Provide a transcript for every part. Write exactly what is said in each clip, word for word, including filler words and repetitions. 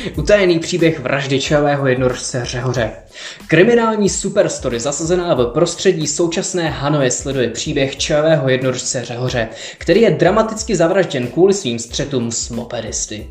Utajený příběh vraždy čajového jednorožce Řehoře. Kriminální superstory zasazená v prostředí současné Hanoje sleduje příběh čajového jednorožce Řehoře, který je dramaticky zavražděn kvůli svým střetům s mopedisty.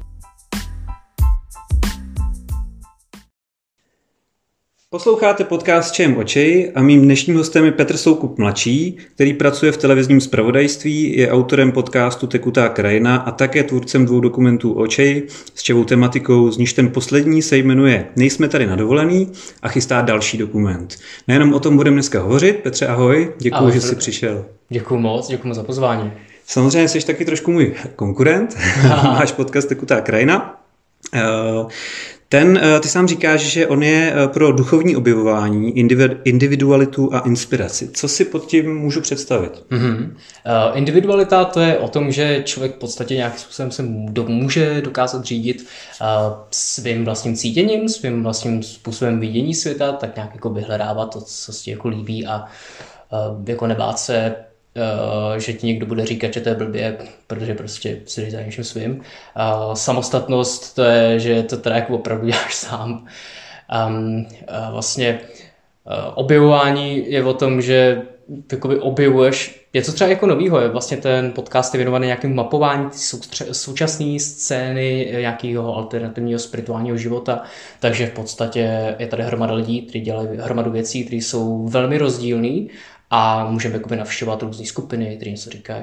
Posloucháte podcast Čajem o čaji a mým dnešním hostem je Petr Soukup mladší, který pracuje v televizním zpravodajství, je autorem podcastu Tekutá krajina a také tvůrcem dvou dokumentů o čaji s čajovou tematikou, z níž ten poslední se jmenuje Nejsme tady na dovolený a chystá další dokument. Nejenom o tom budeme dneska hovořit. Petře, ahoj, děkuji, ahoj, že jsi přišel. Děkuji moc, děkuji moc za pozvání. Samozřejmě jsi taky trošku můj konkurent, máš podcast Tekutá krajina. Uh, Ten, ty sám říkáš, že on je pro duchovní objevování, individualitu a inspiraci. Co si pod tím můžu představit? Mm-hmm. Uh, individualita to je o tom, že člověk v podstatě nějakým způsobem se může dokázat řídit uh, svým vlastním cítěním, svým vlastním způsobem vidění světa, tak nějak jako vyhledávat to, co si jako líbí a uh, jako nebát se, Uh, že ti někdo bude říkat, že to je blbě, protože prostě si za něčím svým. Uh, samostatnost, to je, že to teda jako opravdu děláš sám. Um, uh, vlastně uh, objevování je o tom, že takový objevuješ něco třeba jako novýho. Je vlastně ten podcast je věnovaný nějakým mapování současné scény nějakého alternativního spirituálního života, takže v podstatě je tady hromada lidí, kteří dělají hromadu věcí, které jsou velmi rozdílný a můžeme jakoby navštěvovat různé skupiny, které něco říkají.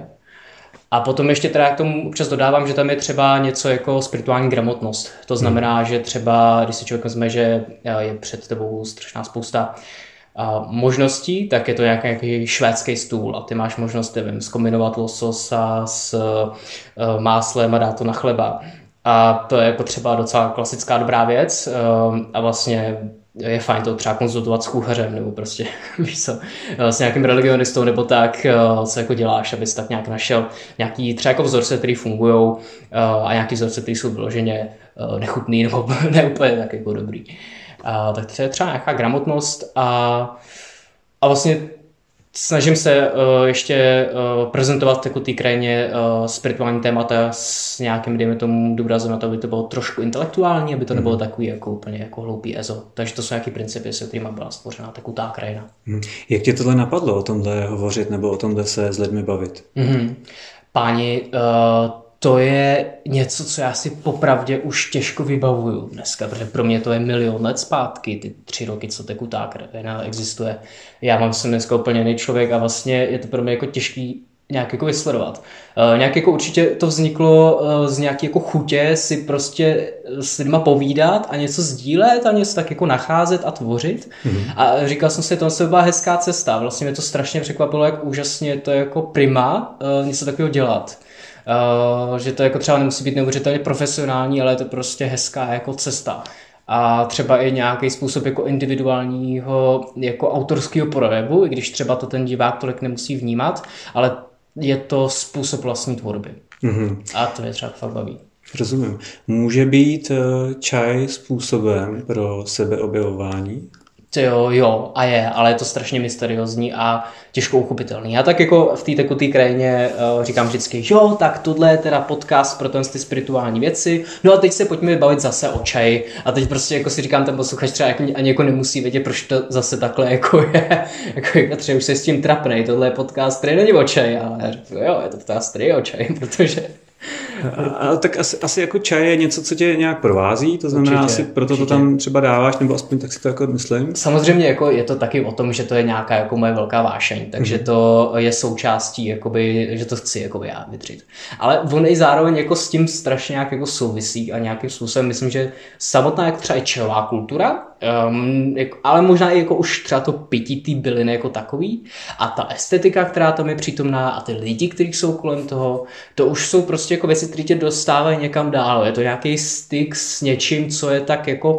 A potom ještě teda k tomu občas dodávám, že tam je třeba něco jako spirituální gramotnost. To znamená, hmm. že třeba, když si člověk vezme, že je před tebou strašná spousta možností, tak je to nějaký, nějaký švédský stůl a ty máš možnost, nevím, zkombinovat lososa s máslem a dát to na chleba. A to je jako třeba docela klasická dobrá věc a vlastně je fajn to třeba konzultovat s kuchařem nebo prostě víš co, s nějakým religionistou nebo tak, co jako děláš, abys tak nějak našel nějaký třeba jako vzorce, který fungujou a nějaký vzorce, který jsou vyloženě nechutný nebo ne úplně tak jako dobrý. A, tak to je třeba nějaká gramotnost a, a vlastně snažím se uh, ještě uh, prezentovat v Tekutý krajině uh, spirituální témata s nějakým, dejme tomu, důrazem na to, aby to bylo trošku intelektuální, aby to nebylo takový jako úplně jako hloupý ezo. Takže to jsou nějaký principy, se kterýma byla stvořena Tekutá krajina. Hmm. Jak tě tohle napadlo o tomhle hovořit nebo o tomhle se s lidmi bavit? Mm-hmm. Páni, uh, to je něco, co já si popravdě už těžko vybavuju dneska, protože pro mě to je milion let zpátky, ty tři roky, co Tekutá krajina existuje. Já mám jsem dneska úplně jiný člověk a vlastně je to pro mě jako těžký nějak jako vysledovat. Uh, nějak jako určitě to vzniklo uh, z nějaké jako chutě si prostě s lidma povídat a něco sdílet a něco tak jako nacházet a tvořit. Mm-hmm. A říkal jsem si, to se byla hezká cesta. Vlastně mě to strašně překvapilo, jak úžasně to je jako prima uh, něco takového dělat. Uh, že to jako třeba nemusí být neuvěřitelně profesionální, ale je to prostě hezká jako cesta. A třeba i nějaký způsob jako individuálního, jako autorského projevu, i když třeba to ten divák tolik nemusí vnímat, ale je to způsob vlastní tvorby. Mm-hmm. A to mě třeba fakt baví. Rozumím. Může být čaj způsobem pro sebeobjevování? Jo, jo, a je, ale je to strašně mysteriózní a těžko uchopitelný. Já tak jako v té Tekutý krajině uh, říkám vždycky, jo, tak tohle je teda podcast pro ty spirituální věci, no a teď se pojďme bavit zase o čaji. A teď prostě jako si říkám, ten posluchač třeba jako, ani jako nemusí vědět, proč to zase takhle jako je. Jako, jako třeba už se s tím trapnej, tohle je podcast, který není o čaji, ale já řeknu, jo, je to podcast, který je o čaji, protože... A, a tak asi, asi jako čaj je něco, co tě nějak provází, to znamená určitě, asi proto určitě. To tam třeba dáváš, nebo aspoň tak si to jako myslím. Samozřejmě jako je to taky o tom, že to je nějaká jako moje velká vášeň, takže mm-hmm. to je součástí, jakoby, že to chci jakoby já vytřít. Ale on i zároveň jako s tím strašně nějak jako souvisí a nějakým způsobem myslím, že samotná jako třeba i čajová kultura, um, jako, ale možná i jako už třeba to pití té byliny jako takový a ta estetika, která tam je přítomná a ty lidi, kteří jsou kolem toho, to už jsou prostě jako věci, které tě dostávají někam dál. Je to nějaký styk s něčím, co je tak jako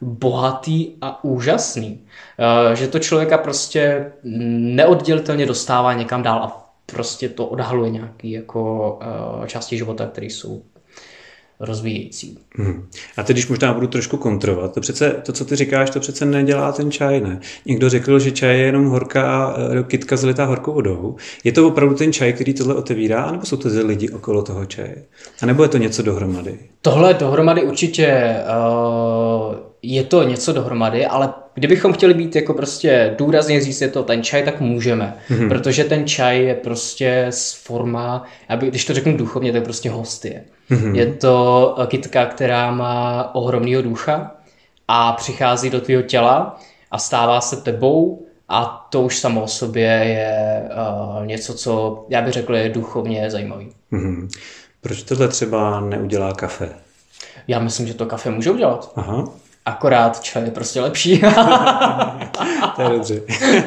bohatý a úžasný. Že to člověka prostě neoddělitelně dostává někam dál a prostě to odhaluje nějaké jako části života, které jsou rozvíjející. Hmm. A teď, když možná budu trošku kontrovat, to přece, to, co ty říkáš, to přece nedělá ten čaj, ne? Někdo řekl, že čaj je jenom horká kytka zalitá horkou vodou. Je to opravdu ten čaj, který tohle otevírá, anebo jsou to lidi okolo toho čaje? A nebo je to něco dohromady? Tohle dohromady určitě uh, je to něco dohromady, ale kdybychom chtěli být jako prostě důrazně říct, je to ten čaj, tak můžeme. Mm-hmm. Protože ten čaj je prostě z forma, aby, když to řeknu duchovně, tak prostě hostie. Mm-hmm. Je to kytka, která má ohromnýho ducha a přichází do tvého těla a stává se tebou a to už samo o sobě je uh, něco, co já bych řekl je duchovně zajímavý. Mm-hmm. Proč tohle třeba neudělá kafe? Já myslím, že to kafe může udělat. Aha. Akorát čaj je prostě lepší. To je dobře.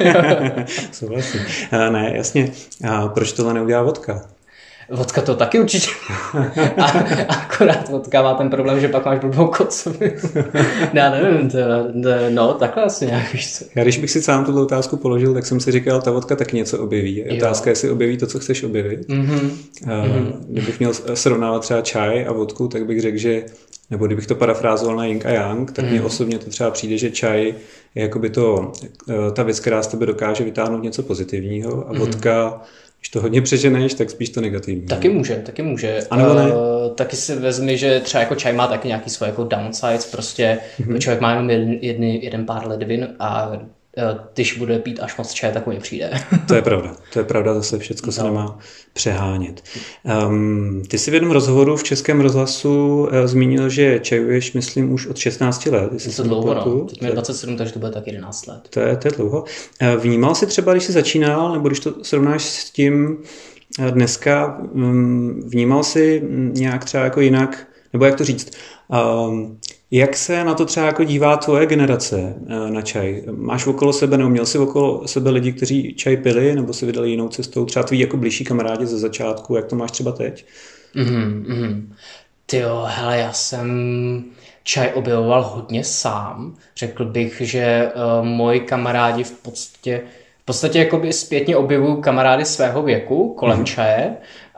Souhlasím. Ne, jasně. A proč tohle neudělá vodka? Vodka to taky určitě. A, akorát vodka má ten problém, že pak máš blbou kocovinu. Já nevím, to, to, no takhle asi nějak, víš co. Já když bych si sám tuto otázku položil, tak jsem si říkal, ta vodka taky něco objeví. Otázka je, jestli objeví to, co chceš objevit. Mm-hmm. Uh, kdybych měl srovnávat třeba čaj a vodku, tak bych řekl, že nebo kdybych to parafrázoval na yin a yang, tak mně mm. osobně to třeba přijde, že čaj je jakoby to, ta věc, která z tebe dokáže vytáhnout něco pozitivního a vodka, mm. když to hodně přeženeš, tak spíš to negativní. Taky může, taky může. A nebo ne? Uh, taky si vezmi, že třeba jako čaj má taky nějaký svoje jako downsides, prostě mm-hmm. člověk má jenom jeden, jedny, jeden pár ledvin a když bude pít až moc čaje, tak mu nepřijde. To je pravda. To je pravda, zase všechno no. se nemá přehánět. Um, ty jsi v jednom rozhovoru v Českém rozhlasu uh, zmínil, že čajuješ, myslím, už od šestnácti let. Je to dlouho, no. Teď mi je dvacet sedm, takže to bude tak jedenáct let. To je, to je dlouho. Uh, vnímal jsi třeba, když jsi začínal, nebo když to srovnáš s tím uh, dneska, um, vnímal jsi nějak třeba jako jinak, nebo jak to říct, um, jak se na to třeba jako dívá tvoje generace na čaj? Máš okolo sebe, nebo měl jsi okolo sebe lidi, kteří čaj pili, nebo si vydali jinou cestou? Třeba tví jako blížší kamarádi ze začátku, jak to máš třeba teď? Mm, mm. Tyjo, hele, já jsem čaj objevoval hodně sám. Řekl bych, že uh, moji kamarádi v podstatě v podstatě jakoby zpětně objevuju kamarády svého věku kolem mm. čaje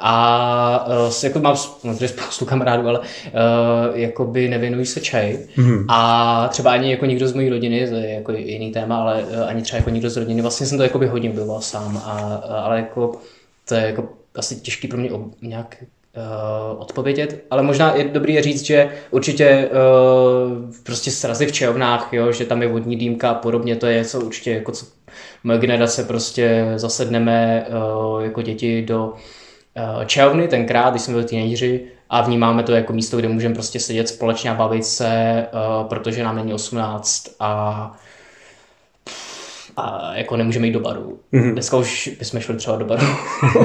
a uh, jako mám spoustu kamarádů, ale uh, jakoby nevěnují se čaj mm. a třeba ani jako nikdo z mojí rodiny, to je jako jiný téma, ale uh, ani třeba jako nikdo z rodiny, vlastně jsem to jakoby hodně objevoval sám, a, uh, ale jako to je jako asi těžký pro mě ob, nějak Uh, odpovědět, ale možná je dobrý říct, že určitě uh, prostě srazy v čajovnách, jo, že tam je vodní dýmka a podobně, to je co určitě jako co moje generace prostě zasedneme uh, jako děti do uh, čajovny tenkrát, když jsme byli teenageři a vnímáme to jako místo, kde můžeme prostě sedět společně a bavit se, uh, protože nám není osmnáct a a jako nemůžeme jít do baru. Mm-hmm. Dneska už bychom šli třeba do baru.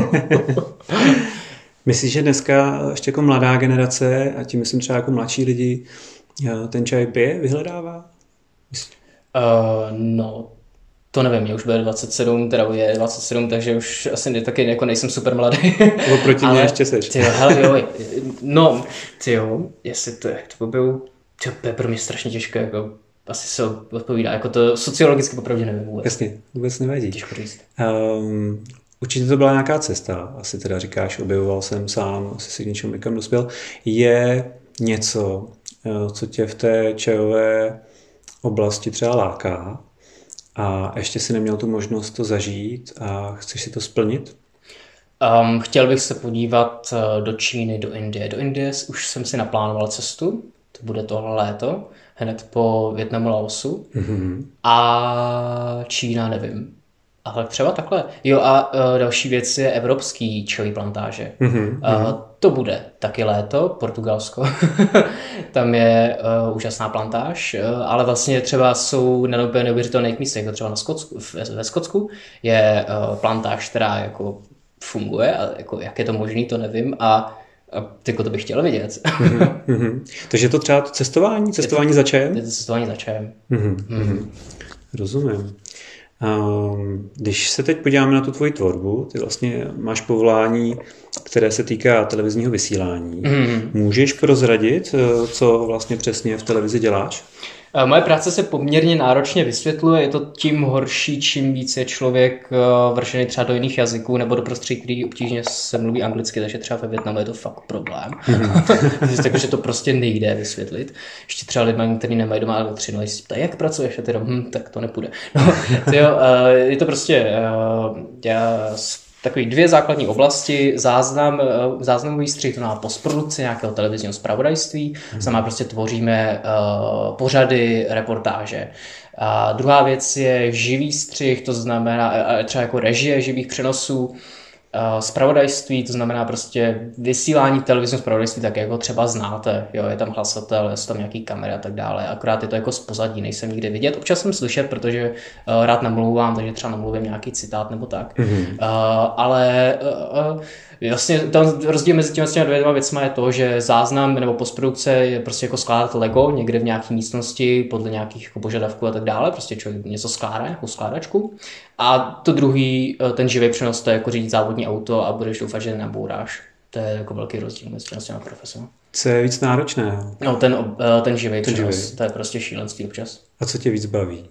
Myslíš, že dneska ještě jako mladá generace, a tím myslím třeba jako mladší lidi, ten čaj pije, vyhledává? Uh, no, to nevím, mě už bude dvacet sedm, teda je dvacet sedm, takže už asi taky jako nejsem super mladý. Oproti mě ještě seš. Tyjo, hele, jo, no, tyjo, jestli to, jak to byl, to je pro mě strašně těžké, jako asi se odpovídá, jako to sociologicky popravdě nevím vůbec. Jasně, vůbec nevadí. Těžko říct. Um, určitě to byla nějaká cesta, asi teda říkáš, objevoval jsem sám, asi si k něčemu někam dospěl. Je něco, co tě v té čajové oblasti třeba láká a ještě si neměl tu možnost to zažít a chceš si to splnit? Um, chtěl bych se podívat do Číny, do Indie. Do Indie už jsem si naplánoval cestu, to bude tohle léto, hned po Vietnamu, Laosu. Mm-hmm. A Čína nevím. Ale třeba takhle. Jo a uh, další věc je evropský čajový plantáže. Mm-hmm. Uh, to bude taky léto, Portugalsko. Tam je uh, úžasná plantáž, uh, ale vlastně třeba jsou na úplně neuvěřitelných místech, jako třeba na Skotsku, ve, ve Skotsku je uh, plantáž, která jako funguje, a jako, jak je to možný, to nevím a A tyko to bych chtěl vidět. mm-hmm, mm-hmm. Takže je to třeba to cestování? Cestování za čajem? Je to cestování za čajem. Mm-hmm, mm-hmm. Rozumím. Um, když se teď podíváme na tu tvoji tvorbu, ty vlastně máš povolání, které se týká televizního vysílání. Mm-hmm. Můžeš prozradit, co vlastně přesně v televizi děláš? Moje práce se poměrně náročně vysvětluje, je to tím horší, čím víc je člověk vršený třeba do jiných jazyků nebo do prostředí, který obtížně se mluví anglicky, takže třeba ve Vietnamu je to fakt problém. Mm-hmm. Takže to prostě nejde vysvětlit. Ještě třeba lidmi, kteří nemají doma elektřinu, když si ptají, jak pracuješ, a ty hm, tak to nepůjde. No, tyjo, je to prostě já, takový dvě základní oblasti, záznam, záznamový střih, to znamená postprodukci nějakého televizního zpravodajství, to znamená prostě tvoříme uh, pořady, reportáže. A druhá věc je živý střih, to znamená třeba jako režie živých přenosů, zpravodajství, to znamená prostě vysílání televizního zpravodajství, tak jako třeba znáte, jo, je tam hlasatel, jsou tam nějaký kamery a tak dále, akorát je to jako z pozadí, nejsem nikde vidět, občas jsem slyšet, protože uh, rád namluvám, takže třeba namluvím nějaký citát nebo tak, mm-hmm. uh, ale uh, vlastně ten rozdíl mezi těmi dvěma věcmi je to, že záznam nebo postprodukce je prostě jako skládat Lego někde v nějaké místnosti podle nějakých jako požadavků a tak dále, prostě člověk něco skládá, jako skládačku. A to druhý, ten živý přenos, to je jako řídit závodní auto a budeš doufat, že nenabouráš. To je jako velký rozdíl mezi těmi profesemi. Co je víc náročné? No ten, ten živý ten přenos, živý. To je prostě šílenství občas. A co tě víc baví?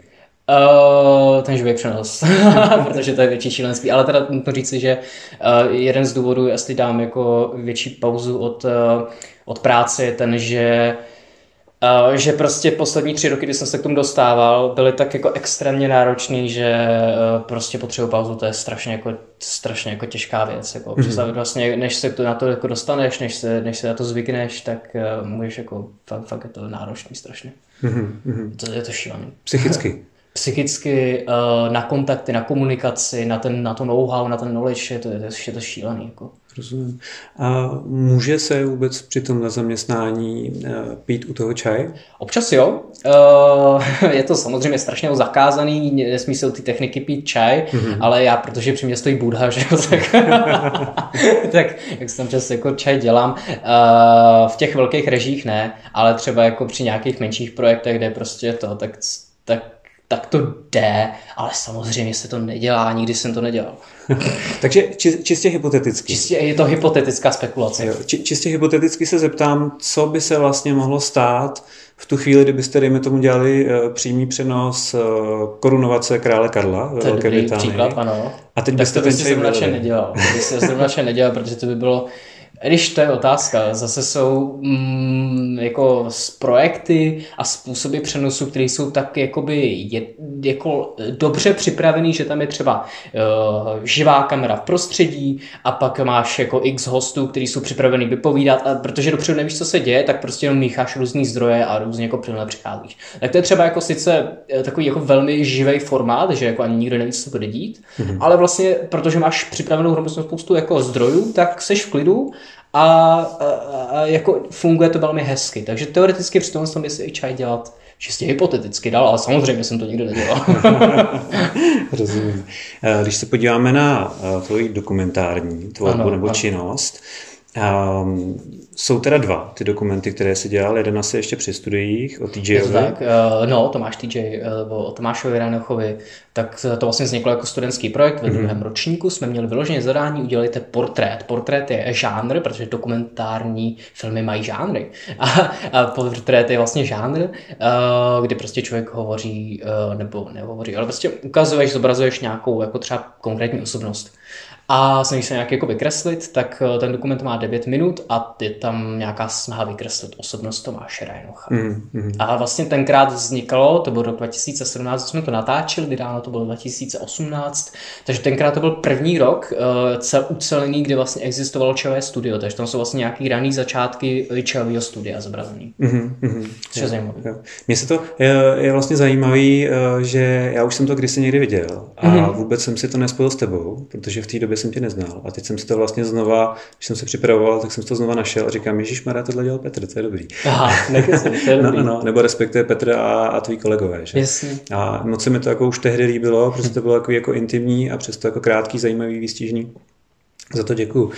Uh, ten živý přenos, protože to je větší šílenství, ale teda nutno říci, že uh, jeden z důvodů, jestli dám jako větší pauzu od, uh, od práce, je ten, že Uh, že prostě poslední tři roky, kdy jsem se k tomu dostával, byly tak jako extrémně náročný, že uh, prostě potřebuji pauzu, to je strašně jako, strašně jako těžká věc. Jako. Mm-hmm. Vlastně, než se to, na to jako dostaneš, než se, než se na to zvykneš, tak uh, můžeš jako, fakt, fakt je to náročný strašně. Mm-hmm. To, je to šílený. Psychicky? Psychicky, uh, na kontakty, na komunikaci, na, ten, na to know-how, na ten knowledge, je to, je to, je to šílený. Jako. Rozumím. A může se vůbec při tomhle zaměstnání uh, pít u toho čaj? Občas jo. Uh, je to samozřejmě strašně zakázaný, nesmí se u té techniky pít čaj, mm-hmm. ale já, protože při mě stojí Buddha, že jo, tak, tak jak se tam čas jako čaj dělám. Uh, v těch velkých režích ne, ale třeba jako při nějakých menších projektech, kde prostě to, tak, tak tak to jde, ale samozřejmě se to nedělá, nikdy jsem to nedělal. Takže či, čistě hypoteticky. Čistě je to hypotetická spekulace. Jo, či, čistě hypoteticky se zeptám, co by se vlastně mohlo stát v tu chvíli, kdybyste, dejme tomu, dělali uh, přímý přenos uh, korunovace krále Karla ve Velké Británii. Příklad, ano. A teď tak byste to by si zrovna nedělal. To by si zrovna nedělal, protože to by bylo... Když to je otázka, zase jsou mm, jako z projekty a způsoby přenosu, které jsou tak jakoby je, jako dobře připravený, že tam je třeba uh, živá kamera v prostředí a pak máš jako x hostů, kteří jsou připravený vypovídat, a protože dopředu nevíš, co se děje, tak prostě jenom mícháš různý zdroje a různě jako plynule přicházíš. Tak to je třeba jako sice takový jako velmi živý formát, že jako ani nikdo neví, co se bude dít, mm-hmm. ale vlastně, protože máš připravenou hromnou spoustu jako zdrojů, tak seš v klidu. A, a, a jako funguje to velmi hezky. Takže teoreticky při tom jsem by si i čaj dělat čistě hypoteticky dal, ale samozřejmě jsem to nikdy nedělal. Rozumím. Když se podíváme na tvoji dokumentární tvorbu ano, nebo ano. činnost, um, jsou teda dva ty dokumenty, které jsi dělal. Jeden asi ještě při studiích o T J ovi. Tak, no, Tomáš T J, o Tomášovi Rajnochovi, tak to vlastně vzniklo jako studentský projekt ve druhém mm-hmm. ročníku. Jsme měli vyloženě zadání, udělejte portrét. Portrét je žánr, protože dokumentární filmy mají žánry. A, a portrét je vlastně žánr, kdy prostě člověk hovoří, nebo nehovoří, ale prostě ukazuješ, zobrazuješ nějakou jako třeba konkrétní osobnost. A snaží se nějak jako vykreslit, tak ten dokument má devět minut a je tam nějaká snaha vykreslit osobnost Tomáše Rajnocha. Mm, mm. A vlastně tenkrát vznikalo, to bylo rok dva tisíce sedmnáct, jsme to natáčeli, vydáno to bylo dva tisíce osmnáct, takže tenkrát to byl první rok uh, cel ucelený, kde vlastně existovalo čajové studio, takže tam jsou vlastně nějaký raný začátky čajového studia zobrazený. Mm, mm, Což je zajímavé. Mně se to je, je vlastně zajímavý, že já už jsem to kdysi někdy viděl a mm. vůbec jsem si to nespojil s tebou, protože v té době jsem tě neznal. A teď jsem si to vlastně znova, když jsem se připravoval, tak jsem si to znova našel a říkám, ježišmarja, tohle dělal Petr, to je dobrý. Aha, nekysím, to je dobrý. No, no, nebo respektive Petr a, a tví kolegové. Že? Jasně. A moc se mi to jako už tehdy líbilo, protože to bylo jako, jako intimní a přesto jako krátký, zajímavý, výstižný. Za to děkuju.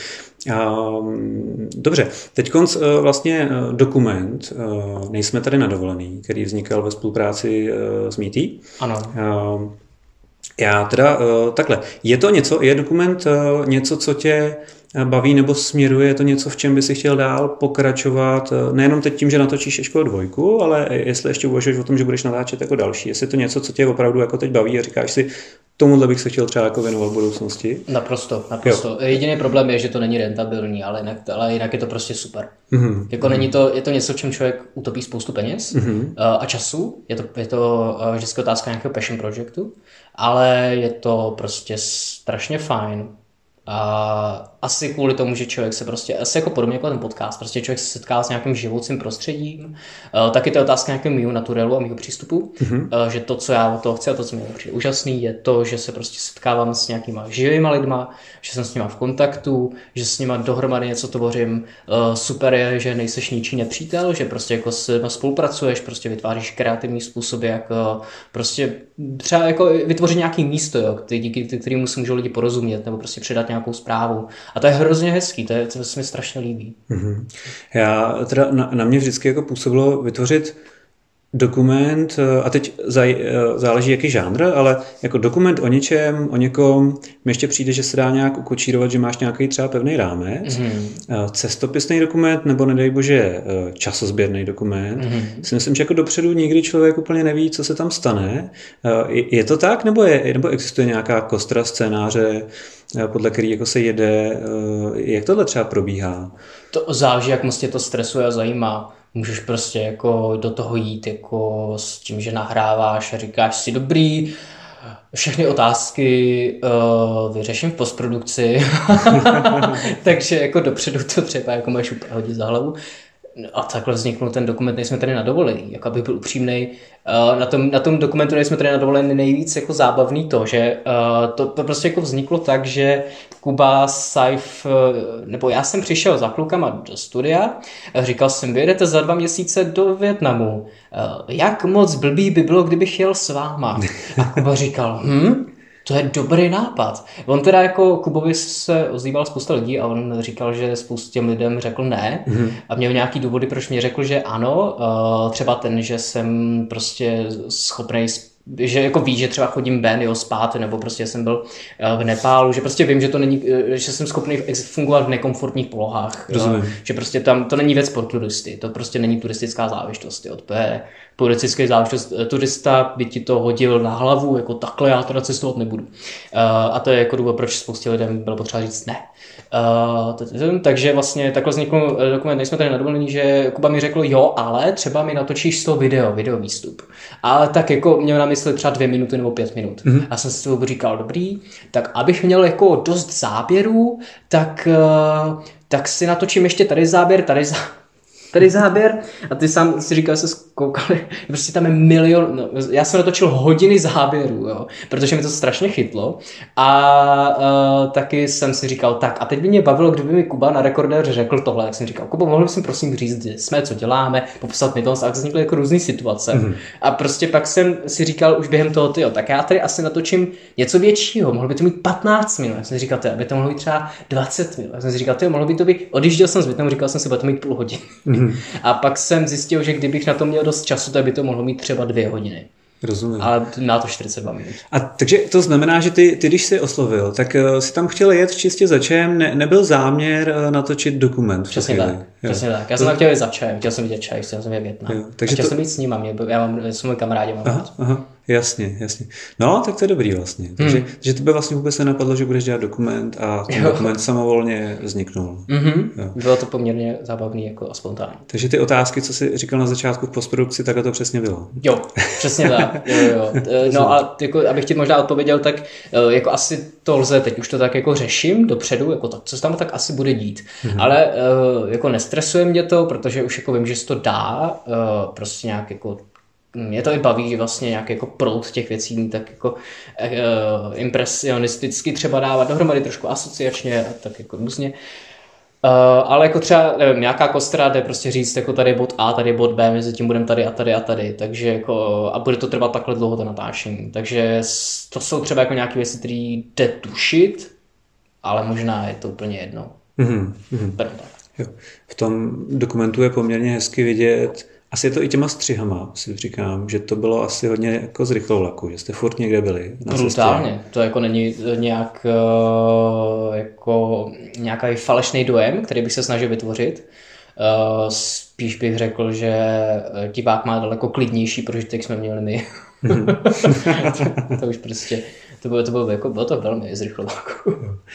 Dobře, teď konc vlastně dokument Nejsme tady na dovolený, který vznikal ve spolupráci s Mítí. Ano. Já teda takhle, je to něco, je dokument něco, co tě baví nebo směruje to něco, v čem by si chtěl dál pokračovat, nejenom teď tím, že natočíš Eškolu dvojku, ale jestli ještě uvažuješ o tom, že budeš natáčet jako další, jestli to něco, co tě opravdu jako teď baví a říkáš si, tomuhle bych se chtěl třeba jako věnovat v budoucnosti. Naprosto, naprosto. Jo. Jediný problém je, že to není rentabilní, ale jinak, ale jinak je to prostě super. Mm-hmm. Jako mm-hmm. není to, je to něco, v čem člověk utopí spoustu peněz mm-hmm. a času, je to, je to vždycky otázka nějakého passion projectu, ale je to prostě strašně fajn. A asi kvůli tomu, že člověk se prostě, asi jako podobně jako ten podcast, prostě člověk se setká s nějakým živoucím prostředím, uh, taky to je otázka nějakého mýho naturelu a mýho přístupu, mm-hmm. uh, že to, co já od toho chci a to, co mi přijde úžasný, je to, že se prostě setkávám s nějakýma živýma lidma, že jsem s nima v kontaktu, že s nima dohromady něco tvořím. Uh, super je, že nejseš ničí nepřítel, že prostě jako s spolupracuješ, prostě vytváříš kreativní způsoby, jak uh, prostě třeba jako vytvořit nějaký místo, jo, díky kterému si můžou lidi porozumět, nebo prostě předat nějakou zprávu. A to je hrozně hezký, to, je, to se mi strašně líbí. Mm-hmm. Já teda na, na mě vždycky jako působilo vytvořit dokument, a teď záleží jaký žánr, ale jako dokument o něčem, o někom, mi ještě přijde, že se dá nějak ukočírovat, že máš nějaký třeba pevný rámec, mm-hmm. cestopisný dokument, nebo nedej bože časozběrný dokument. Mm-hmm. Si myslím, že jako dopředu nikdy člověk úplně neví, co se tam stane. Je to tak, nebo, je, nebo existuje nějaká kostra scénáře, podle který jako se jede, jak tohle třeba probíhá? To záleží, jak moc tě to stresuje a zajímá. Můžeš prostě jako do toho jít jako s tím, že nahráváš a říkáš si dobrý, všechny otázky uh, vyřeším v postprodukci, takže jako dopředu to třeba jako máš úplně hodit za hlavu. A takhle vzniknul ten dokument, nejsme tady na dovolený, jako abych byl upřímnej. Na tom, na tom dokumentu nejsme tady na dovolený nejvíc jako zábavný to, že to, to prostě jako vzniklo tak, že Kuba, Saif, nebo já jsem přišel za klukama do studia, říkal jsem, vyjedete za dva měsíce do Vietnamu, jak moc blbý by bylo, kdybych jel s váma. A Kuba říkal, hm, to je dobrý nápad. On teda jako Kubovi se ozýval spousta lidí a on říkal, že spoustě lidem řekl ne mm-hmm. a měl nějaký důvody, proč mě řekl, že ano. Třeba ten, že jsem prostě schopnej, že jako ví, že třeba chodím ven, jo, spát, nebo prostě jsem byl v Nepálu, že prostě vím, že to není, že jsem schopný fungovat v nekomfortních polohách. Že prostě tam to není věc pro turisty, to prostě není turistická záležitost. Jo. To je turistická záležitost. Turista by ti to hodil na hlavu, jako takhle já teda cestovat nebudu. Uh, a to je jako důvod, proč spoustě lidem bylo potřeba říct ne. Uh, takže vlastně takhle vznikl dokument, nejsme tady na dovolení, že Kuba mi řekl, jo, ale třeba mi natočíš z toho video, video výstup. Ale tak jako měl na mysli třeba dvě minuty nebo pět minut. Mm-hmm. A jsem si toho říkal, dobrý, tak abych měl jako dost záběrů, tak, uh, tak si natočím ještě tady záběr, tady záběr. Tady záběr a ty sám si říkal, že se koukali, prostě tam je milion, no, já jsem natočil hodiny záběrů, jo, protože mi to strašně chytlo a uh, taky jsem si říkal, tak a teď by mě bavilo, kdyby mi Kuba na rekordér řekl tohle, jak jsem říkal, Kuba, mohl bys mi prosím říct, že jsme, co děláme, popsat mi to, a tak vznikly jako různý situace mm-hmm. a prostě pak jsem si říkal už během toho, tyjo, tak já tady asi natočím něco většího, mohl by to mít patnáct minut, já jsem si říkal, tyjo, aby to mohlo být třeba dvacet minut, já jsem si říkal, tyjo, mohlo by to být, odjížděl jsem z Vietnamu, říkal jsem si, bude to mít půl hodiny. Mm-hmm. A pak jsem zjistil, že kdybych na to měl dost času, tak by to mohlo mít třeba dvě hodiny. Rozumím. Ale má to čtyřicet dva minut. A takže to znamená, že ty, ty když jsi oslovil, tak uh, si tam chtěl jet čistě za čajem, ne, nebyl záměr uh, natočit dokument. Přesně tak, přesně tak. Já jsem tam chtěl jít za čajem, chtěl jsem vidět čaj, chtěl jsem vidět Vietnam. Takže chtěl to... jsem být s ním, mě, já mám, jsou moji kamarádi. Mám aha, aha, jasně, jasně. No, tak to je dobrý vlastně. Takže, hmm. takže tebe vlastně vůbec se nenapadlo, že budeš dělat dokument a ten jo. dokument samovolně vzniknul. Mm-hmm. Bylo to poměrně zábavný jako a spontánní. Takže ty otázky, co jsi říkal na začátku v postprodukci, tak to přesně bylo. Jo, přesně tak. Jo, jo. No a jako, abych ti možná odpověděl, tak jako asi to lze, teď už to tak jako řeším dopředu, jako tak, co se tam tak asi bude dít. Mm-hmm. Ale jako nestresuje mě to, protože už jako vím, že se to dá prostě nějak jako mě to i baví, že vlastně nějak jako proud těch věcí tak jako eh, impresionisticky třeba dávat dohromady trošku asociačně a tak jako různě. Uh, ale jako třeba, nevím, nějaká kostra jde prostě říct, jako tady je bod A, tady je bod B, mezi tím budeme tady a tady a tady, takže jako, a bude to trvat takhle dlouho to natáčení, takže to jsou třeba jako nějaké věci, které jde tušit, ale možná je to úplně jedno. Mm-hmm. Jo. V tom dokumentu je poměrně hezky vidět Asi je to i těma střihama, si říkám, že to bylo asi hodně jako z rychlovlaku, že jste furt někde byli na cestě. Brutálně, to jako není nějak jako nějaký falešný dojem, který bych se snažil vytvořit. Spíš bych řekl, že divák má daleko klidnější prožitek, jsme měli my. to, to už prostě, to bylo, to bylo, jako, bylo to velmi zrychlováku.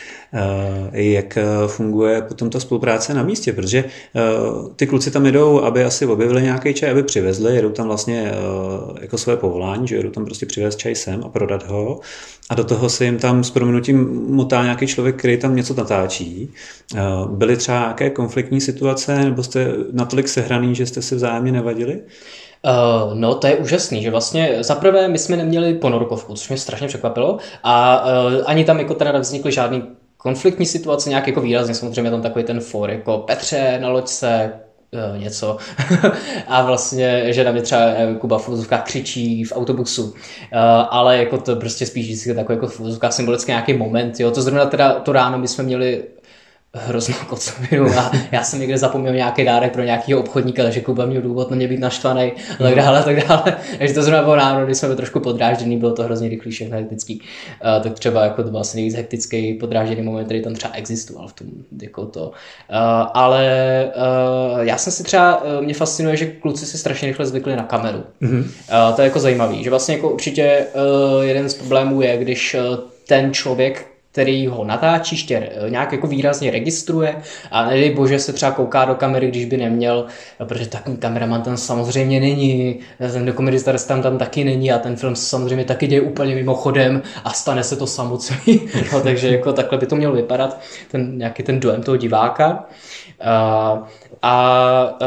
Jak funguje potom ta spolupráce na místě? Protože ty kluci tam jedou, aby asi objevili nějaký čaj, aby přivezli, jedou tam vlastně jako své povolání, že jedou tam prostě přivést čaj sem a prodat ho. A do toho se jim tam s prominutím motá nějaký člověk, který tam něco natáčí. Byly třeba nějaké konfliktní situace, nebo jste natolik sehraný, že jste si vzájemně nevadili? Uh, no, to je úžasný, že vlastně zaprvé my jsme neměli ponorkovku, což mě strašně překvapilo a uh, ani tam jako teda nevznikly žádný konfliktní situace, nějak jako výrazně, samozřejmě tam takový ten for, jako Petře na loďce, uh, něco a vlastně, že na mě třeba Kuba v uvozovkách křičí v autobusu, uh, ale jako to prostě spíš vždycky takový jako v uvozovkách symbolický nějaký moment, jo, to zrovna teda to ráno my jsme měli hroznou kocovinu a já jsem někde zapomněl nějaký dárek pro nějakého obchodníka, takže Kuba měl důvod na mě být naštvaný a tak dále, tak dále. Takže to zrovna bylo ráno, když jsme byli trošku podrážděný, bylo to hrozně rychlý, všechno hektický. Uh, tak třeba jako to byl asi nejvíc hektický podrážděný moment, který tam třeba existoval v tom, jako to. Uh, ale uh, já jsem si třeba, uh, mě fascinuje, že kluci si strašně rychle zvykli na kameru. Mm-hmm. Uh, to je jako zajímavý, že vlastně jako určitě uh, jeden z problémů je, když uh, ten člověk, který ho natáčí, ještě nějak jako výrazně registruje a nedej bože se třeba kouká do kamery, když by neměl, protože takový kameraman tam samozřejmě není, ten dokumentarista tam tam taky není a ten film se samozřejmě taky děje úplně mimochodem a stane se to samo celý. No, takže jako takhle by to mělo vypadat, ten, nějaký ten dojem toho diváka. A, a,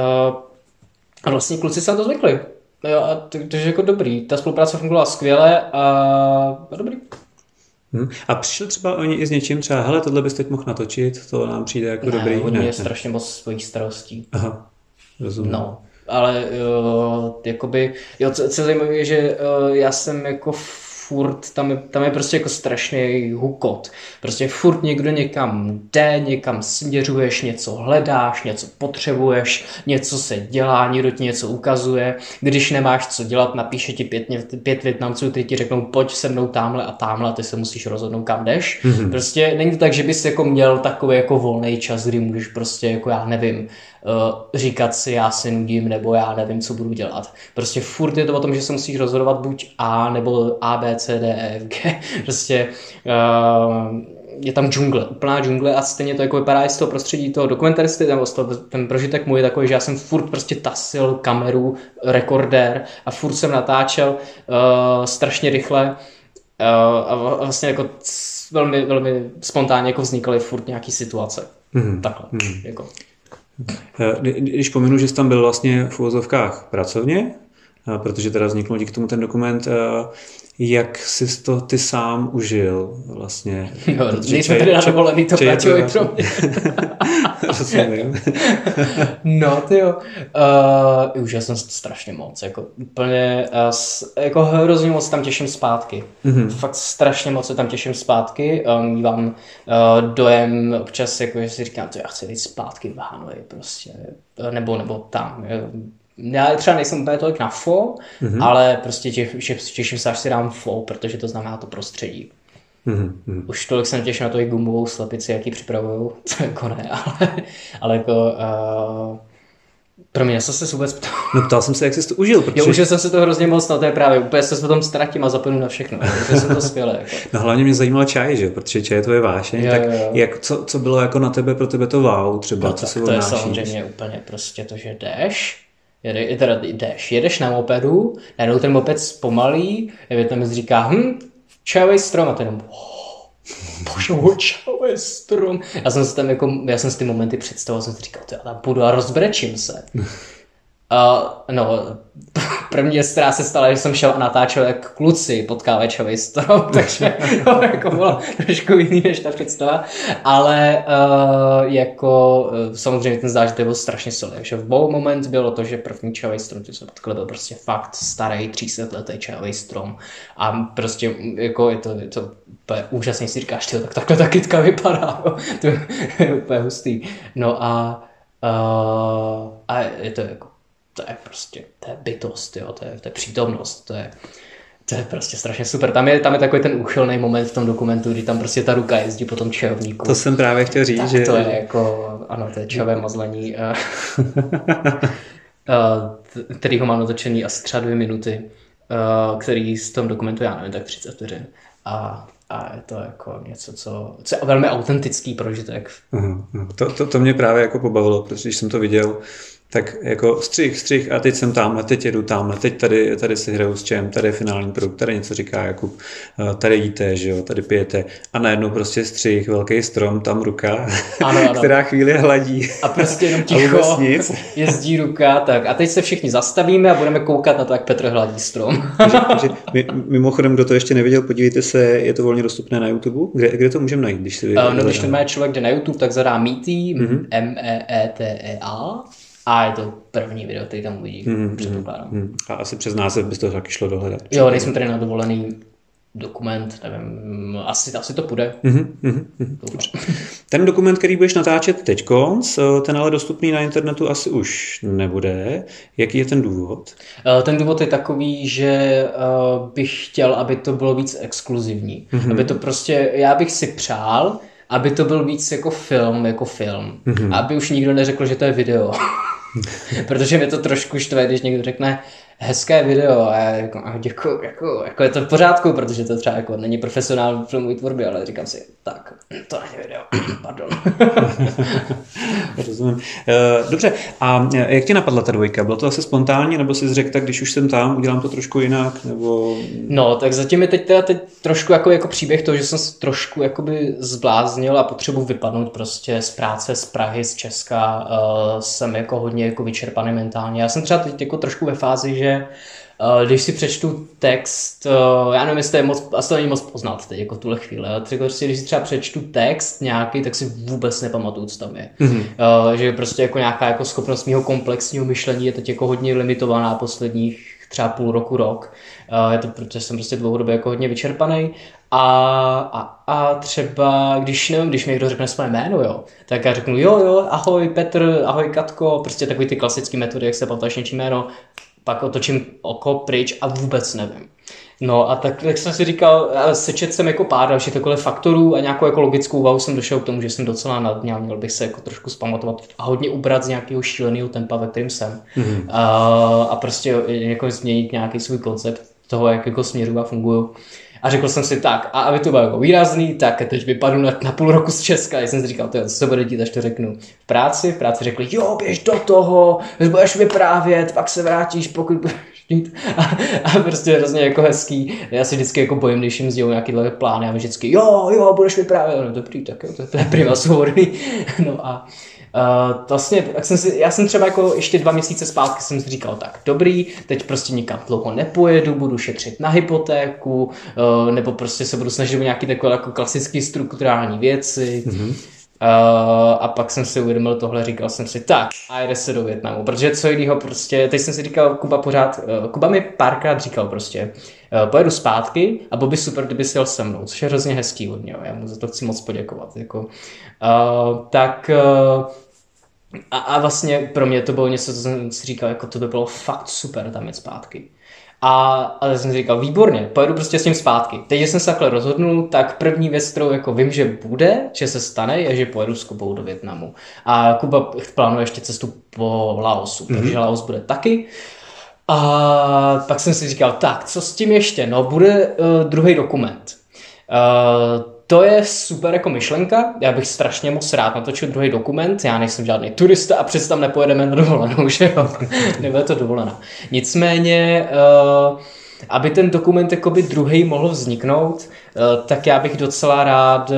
a vlastně kluci se na to zvykli. Jo, a takže jako dobrý, ta spolupráce fungovala skvěle a, a dobrý. Hmm. A přišli třeba oni i s něčím, třeba hele, tohle bys teď mohl natočit, to nám přijde jako ne, dobrý. Ne, oni ne, je strašně moc svých starostí. Aha, rozumím. No, ale uh, jakoby, jo, co, co zajímavé je, že uh, já jsem jako furt, tam je, tam je prostě jako strašný hukot. Prostě furt někdo někam jde, někam směřuješ, něco hledáš, něco potřebuješ, něco se dělá, někdo ti něco ukazuje. Když nemáš co dělat, napíše ti pět, pět Vietnamců, kteří ti řeknou, pojď se mnou tamhle a tamhle, ty se musíš rozhodnout, kam jdeš. Mm-hmm. Prostě není to tak, že bys jako měl takový jako volný čas, kdy můžeš prostě, jako já nevím, říkat si, já se nudím, nebo já nevím, co budu dělat. Prostě furt je to o tom, že se musíš rozhodovat buď A, nebo A, B, C, D, E, F, G. Prostě uh, je tam džungle, úplná džungle a stejně to jako vypadá i z toho prostředí toho dokumentaristy, nebo z toho, ten prožitek můj je takový, že já jsem furt prostě tasil kameru, rekordér a furt jsem natáčel uh, strašně rychle uh, a vlastně jako velmi, velmi spontánně jako vznikaly furt nějaký situace. Mm-hmm. Takhle, mm-hmm. jako. Když pominu, že jsi tam byl vlastně v uvozovkách pracovně, protože teda vzniknul díky tomu ten dokument, jak jsi to ty sám užil vlastně? Jo, nejsme tady na dovolený, to platilo i pro mě. No ty jo, uh, užil jsem strašně moc, jako úplně, uh, jako hrozně moc tam těším zpátky. Mm-hmm. Fakt strašně moc se tam těším zpátky, um, mám uh, dojem občas, jako, že si říkám, to já chci jít zpátky v Hanoji prostě, nebo, nebo tam, já třeba nejsem úplně tolik na fo, mm-hmm. ale prostě těším se, až si dám fo, protože to znamená to prostředí. Mm-hmm. Už tolik jsem těšil na to i gumovou slepici, jak ji připravujou, to jako ne, ale, ale jako... Uh, pro mě jsem se vůbec ptal. No ptal jsem se, jak jsi to užil, protože... Jo, užil jsem si to hrozně moc, no to je právě, úplně se potom ztratím a zapomenu na všechno, takže jsem to skvěle. Jako. No hlavně mě zajímal čaj, že? Protože čaj je tvoje vášeň, jo, tak jo. Jak, co, co bylo jako na tebe, pro tebe to wow třeba, no, co se to je samozřejmě úplně prostě to, že jdeš, jede, teda jdeš, jedeš na mopedu, najednou ten moped zpomalí, Vietnamec říká, hm, čajový strom a ten bože, čajový strom. Já jsem si tam jako, já jsem si ty momenty představoval, jsem si říkal, to já tam půjdu a rozbrečím se. Uh, no, první věc, která se stala, že jsem šel a natáčel, jak kluci potkávají čajový strom, takže to jako bylo trošku jiný než ta představa, ale uh, jako uh, samozřejmě ten zážitek byl strašně silný, takže v bohu moment bylo to, že první čajový strom, který jsem potkal, byl prostě fakt starý, třicetiletý čajový strom a prostě jako je to, je to úplně úžasně, si říkáš, tyjo, tak takhle ta kytka vypadá, to je úplně hustý. No a, uh, a je to jako to je prostě, to je bytost, jo, to je, to je přítomnost, to je, to je prostě strašně super. Tam je, tam je takový ten úchylný moment v tom dokumentu, kdy tam prostě ta ruka jezdí po tom čajovníku. To jsem právě chtěl říct, tak že... to je jako, ano, to je čajové mazlení, který ho mám natočený asi třeba dvě minuty, který z tom dokumentu, já nevím, tak třicet vteřin. A A je to jako něco, co, co je velmi autentický prožitek. Uh-huh. To, to, to mě právě jako pobavilo, protože když jsem to viděl, tak jako střih, střih a teď jsem tamhle, teď jedu tamhle, teď tady, tady si hraju s čem, tady je finální produkt, tady něco říká Jakub, tady jíte, že jo, tady pijete a najednou prostě střih, velký strom, tam ruka, ano, ano. která chvíli hladí. A prostě jenom ticho nic. Jezdí ruka, tak a teď se všichni zastavíme a budeme koukat na to, jak Petr hladí strom. takže, takže, mimochodem, kdo to ještě neviděl, podívejte se, je to volně dostupné na YouTube, kde, kde to můžeme najít, když si uh, No, když má člověk jde na YouTube, tak zadá Meaty, mm-hmm. M E E T E A. A je to první video, který tam uvidí, mm, předpokládám. Mm, a asi přes název bys to taky šlo dohledat. Jo, nejsem tady na dovolený dokument, nevím, asi, asi to půjde. Mm, mm, mm. Ten dokument, který budeš natáčet teďkonc, ten ale dostupný na internetu asi už nebude. Jaký je ten důvod? Ten důvod je takový, že bych chtěl, aby to bylo víc exkluzivní. Mm-hmm. Aby to prostě, já bych si přál, aby to byl víc jako film, jako film. Mm-hmm. Aby už nikdo neřekl, že to je video. Protože mě to trošku štve, když někdo řekne hezké video a já jako, děkuji, jako, jako je to v pořádku, protože to třeba jako není profesionální filmový tvorby, ale říkám si, tak, to není video, pardon. Rozumím. Dobře, a jak ti napadla ta dvojka? Bylo to asi spontánně, nebo jsi řekl, tak když už jsem tam, udělám to trošku jinak, nebo... No, tak zatím je teď teda teď trošku jako, jako příběh toho, že jsem se trošku jakoby zbláznil a potřebuji vypadnout prostě z práce, z Prahy, z Česka, uh, jsem jako hodně jako vyčerpaný mentálně. Já jsem třeba teď jako trošku ve fázi, že když si přečtu text, já nevím, jestli to je moc, asi to není moc poznat teď, jako v tuhle chvíli, ale třeba, když si třeba přečtu text nějaký, tak si vůbec nepamatuju, co tam je. Mm-hmm. Že prostě jako nějaká jako schopnost mého komplexního myšlení je teď jako hodně limitovaná posledních třeba půl roku, rok. Je to, protože jsem prostě dlouhodobě jako hodně vyčerpaný. A, a, a třeba, když nevím, když mi někdo řekne své jméno, jo, tak já řeknu jo, jo, ahoj Petr, ahoj Katko, prostě takový ty klasické metody, jak se pamatuješ něčí jméno, pak otočím oko pryč a vůbec nevím. No a tak, tak jsem si říkal, sečet jsem jako pár dalších takové faktorů a nějakou jako logickou úvahu jsem došel k tomu, že jsem docela na dně a měl bych se jako trošku zpamatovat a hodně ubrat z nějakého šíleného tempa, ve kterém jsem. Mm-hmm. A, a prostě jako změnit nějaký svůj koncept toho, jak jako směru a funguju. A řekl jsem si tak, a aby to bylo jako výrazný, tak teď vypadnu na, na půl roku z Česka. Já jsem si říkal, to co se bude dít, až to řeknu v práci. V práci řekli, jo, běž do toho, budeš vyprávět, pak se vrátíš, pokud budeš mít. A, a prostě hrozně jako hezký. Já si vždycky jako bojím, když jim sdělím nějaký plány a vždycky, jo, jo, budeš vyprávět. No dobrý, tak jo, to je prima svobodný. No a Uh, vlastně, tak jsem si, já jsem třeba jako ještě dva měsíce zpátky jsem si říkal, tak dobrý, teď prostě nikam dlouho nepojedu, budu šetřit na hypotéku, uh, nebo prostě se budu snažit o nějaké takové jako klasické strukturální věci. Mm-hmm. Uh, a pak jsem si uvědomil tohle, říkal jsem si, tak, a jde se do Vietnamu, protože co jiného prostě, teď jsem si říkal, Kuba pořád, uh, Kuba mi párkrát říkal prostě, uh, pojedu zpátky a bylo by super, kdyby si jel se mnou, což je hrozně hezký od něho, já mu za to chci moc poděkovat, jako, uh, tak... Uh, A, a vlastně pro mě to bylo něco, co jsem si říkal, jako to by bylo fakt super tam jet zpátky. A, ale jsem si říkal, výborně, pojedu prostě s ním zpátky. Teď, když jsem se takhle rozhodnul, tak první věc, kterou jako vím, že bude, že se stane, je, že pojedu s Kubou do Vietnamu. A Kuba plánuje ještě cestu po Laosu, mm-hmm. takže Laos bude taky. A pak jsem si říkal, tak, co s tím ještě? No, bude uh, druhý dokument. Uh, To je super jako myšlenka, já bych strašně moc rád natočil druhý dokument, já nejsem žádný turista a přece tam nepojedeme na dovolenou, že jo, nebude to dovolená. Nicméně, uh, aby ten dokument jakoby druhý mohl vzniknout, uh, tak já bych docela rád, uh,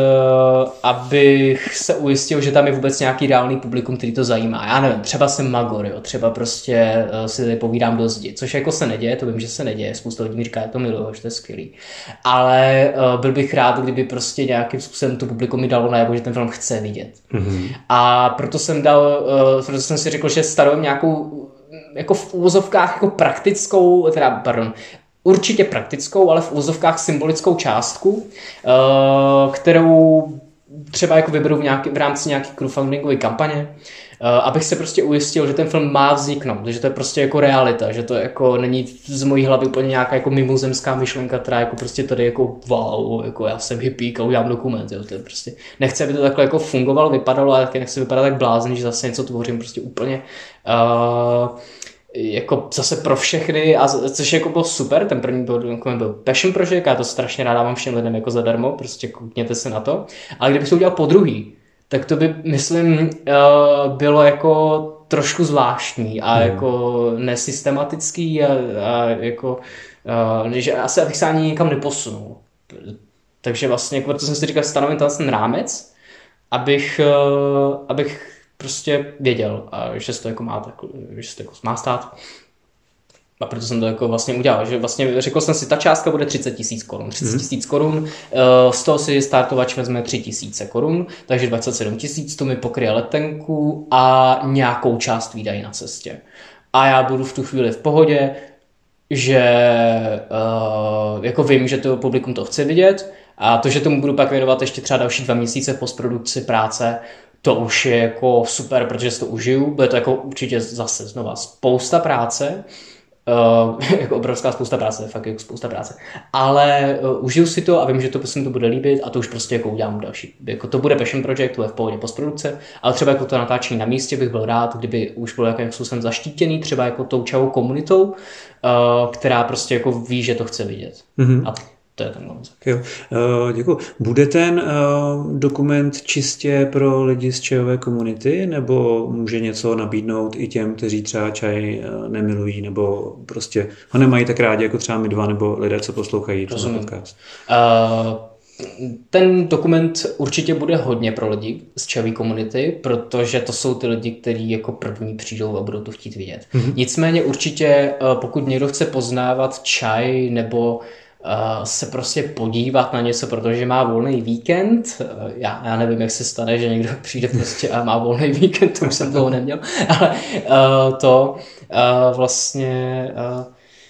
abych se ujistil, že tam je vůbec nějaký reálný publikum, který to zajímá. Já nevím, třeba jsem magor, jo, třeba prostě uh, si tady povídám do zdi, což jako se neděje, to vím, že se neděje, spousta lidí mi říká, to miluju, že to je skvělý. Ale uh, byl bych rád, kdyby prostě nějakým způsobem to publikum mi dalo najevo, že ten film chce vidět. Mm-hmm. A proto jsem dal, uh, proto jsem si řekl, že stanovím nějakou jako v úvozovkách jako praktickou, teda, pardon, určitě praktickou, ale v úvozovkách symbolickou částku, kterou třeba jako vyberu v, nějaký, v rámci nějaké crowdfundingové kampaně, uh, abych se prostě ujistil, že ten film má vzniknout, že to je prostě jako realita, že to jako není z mojí hlavy úplně nějaká jako mimozemská myšlenka, která jako prostě tady jako wow, jako já jsem hippík a udělám dokument, jo, to je prostě, nechci, aby to takhle jako fungovalo, vypadalo, ale taky nechci vypadat tak blázen, že zase něco tvořím prostě úplně uh, jako zase pro všechny, a což jako bylo super, ten první byl, byl passion project, já to strašně rád dávám všem lidem jako zadarmo, prostě koukněte se na to, ale kdybych to udělal po druhý, tak to by, myslím, bylo jako trošku zvláštní a hmm. jako nesystematický a, a jako, že asi abych se ani nikam neposunul. Takže vlastně, proto jsem si říkal, stanovím ten rámec, abych, abych prostě věděl, že se to jako má, tak, že se to jako má stát. A proto jsem to jako vlastně udělal, že vlastně řekl jsem si, ta částka bude třicet tisíc korun. třicet tisíc korun, z toho si startovač vezme tři tisíce korun, takže dvacet sedm tisíc, to mi pokryje letenku a nějakou část výdají na cestě. A já budu v tu chvíli v pohodě, že uh, jako vím, že to publikum to chce vidět a to, že tomu budu pak věnovat ještě třeba další dva měsíce v postprodukci práce, to už je jako super, protože si to užiju, bude to jako určitě zase znova spousta práce, uh, jako obrovská spousta práce, fakt jako spousta práce, ale uh, užiju si to a vím, že to se mi to bude líbit a to už prostě jako udělám další, jako to bude passion project, to je v pohodě postprodukce, ale třeba jako to natáčení na místě bych byl rád, kdyby už byl jako způsobem zaštítěný, třeba jako tou čavou komunitou, uh, která prostě jako ví, že to chce vidět. Mm-hmm. A to je ten moment. Jo. Uh, děkuji. Bude ten uh, dokument čistě pro lidi z čajové komunity, nebo může něco nabídnout i těm, kteří třeba čaj uh, nemilují, nebo prostě ho nemají tak rádi, jako třeba my dva, nebo lidé, co poslouchají ten podcast? Uh, ten dokument určitě bude hodně pro lidi z čajové komunity, protože to jsou ty lidi, kteří jako první přijdou a budou to chtít vidět. Mm-hmm. Nicméně určitě, uh, pokud někdo chce poznávat čaj, nebo Uh, se prostě podívat na něco, protože má volný víkend. Uh, já, já nevím, jak se stane, že někdo přijde prostě a má volný víkend, to už jsem toho neměl, ale uh, to uh, vlastně uh,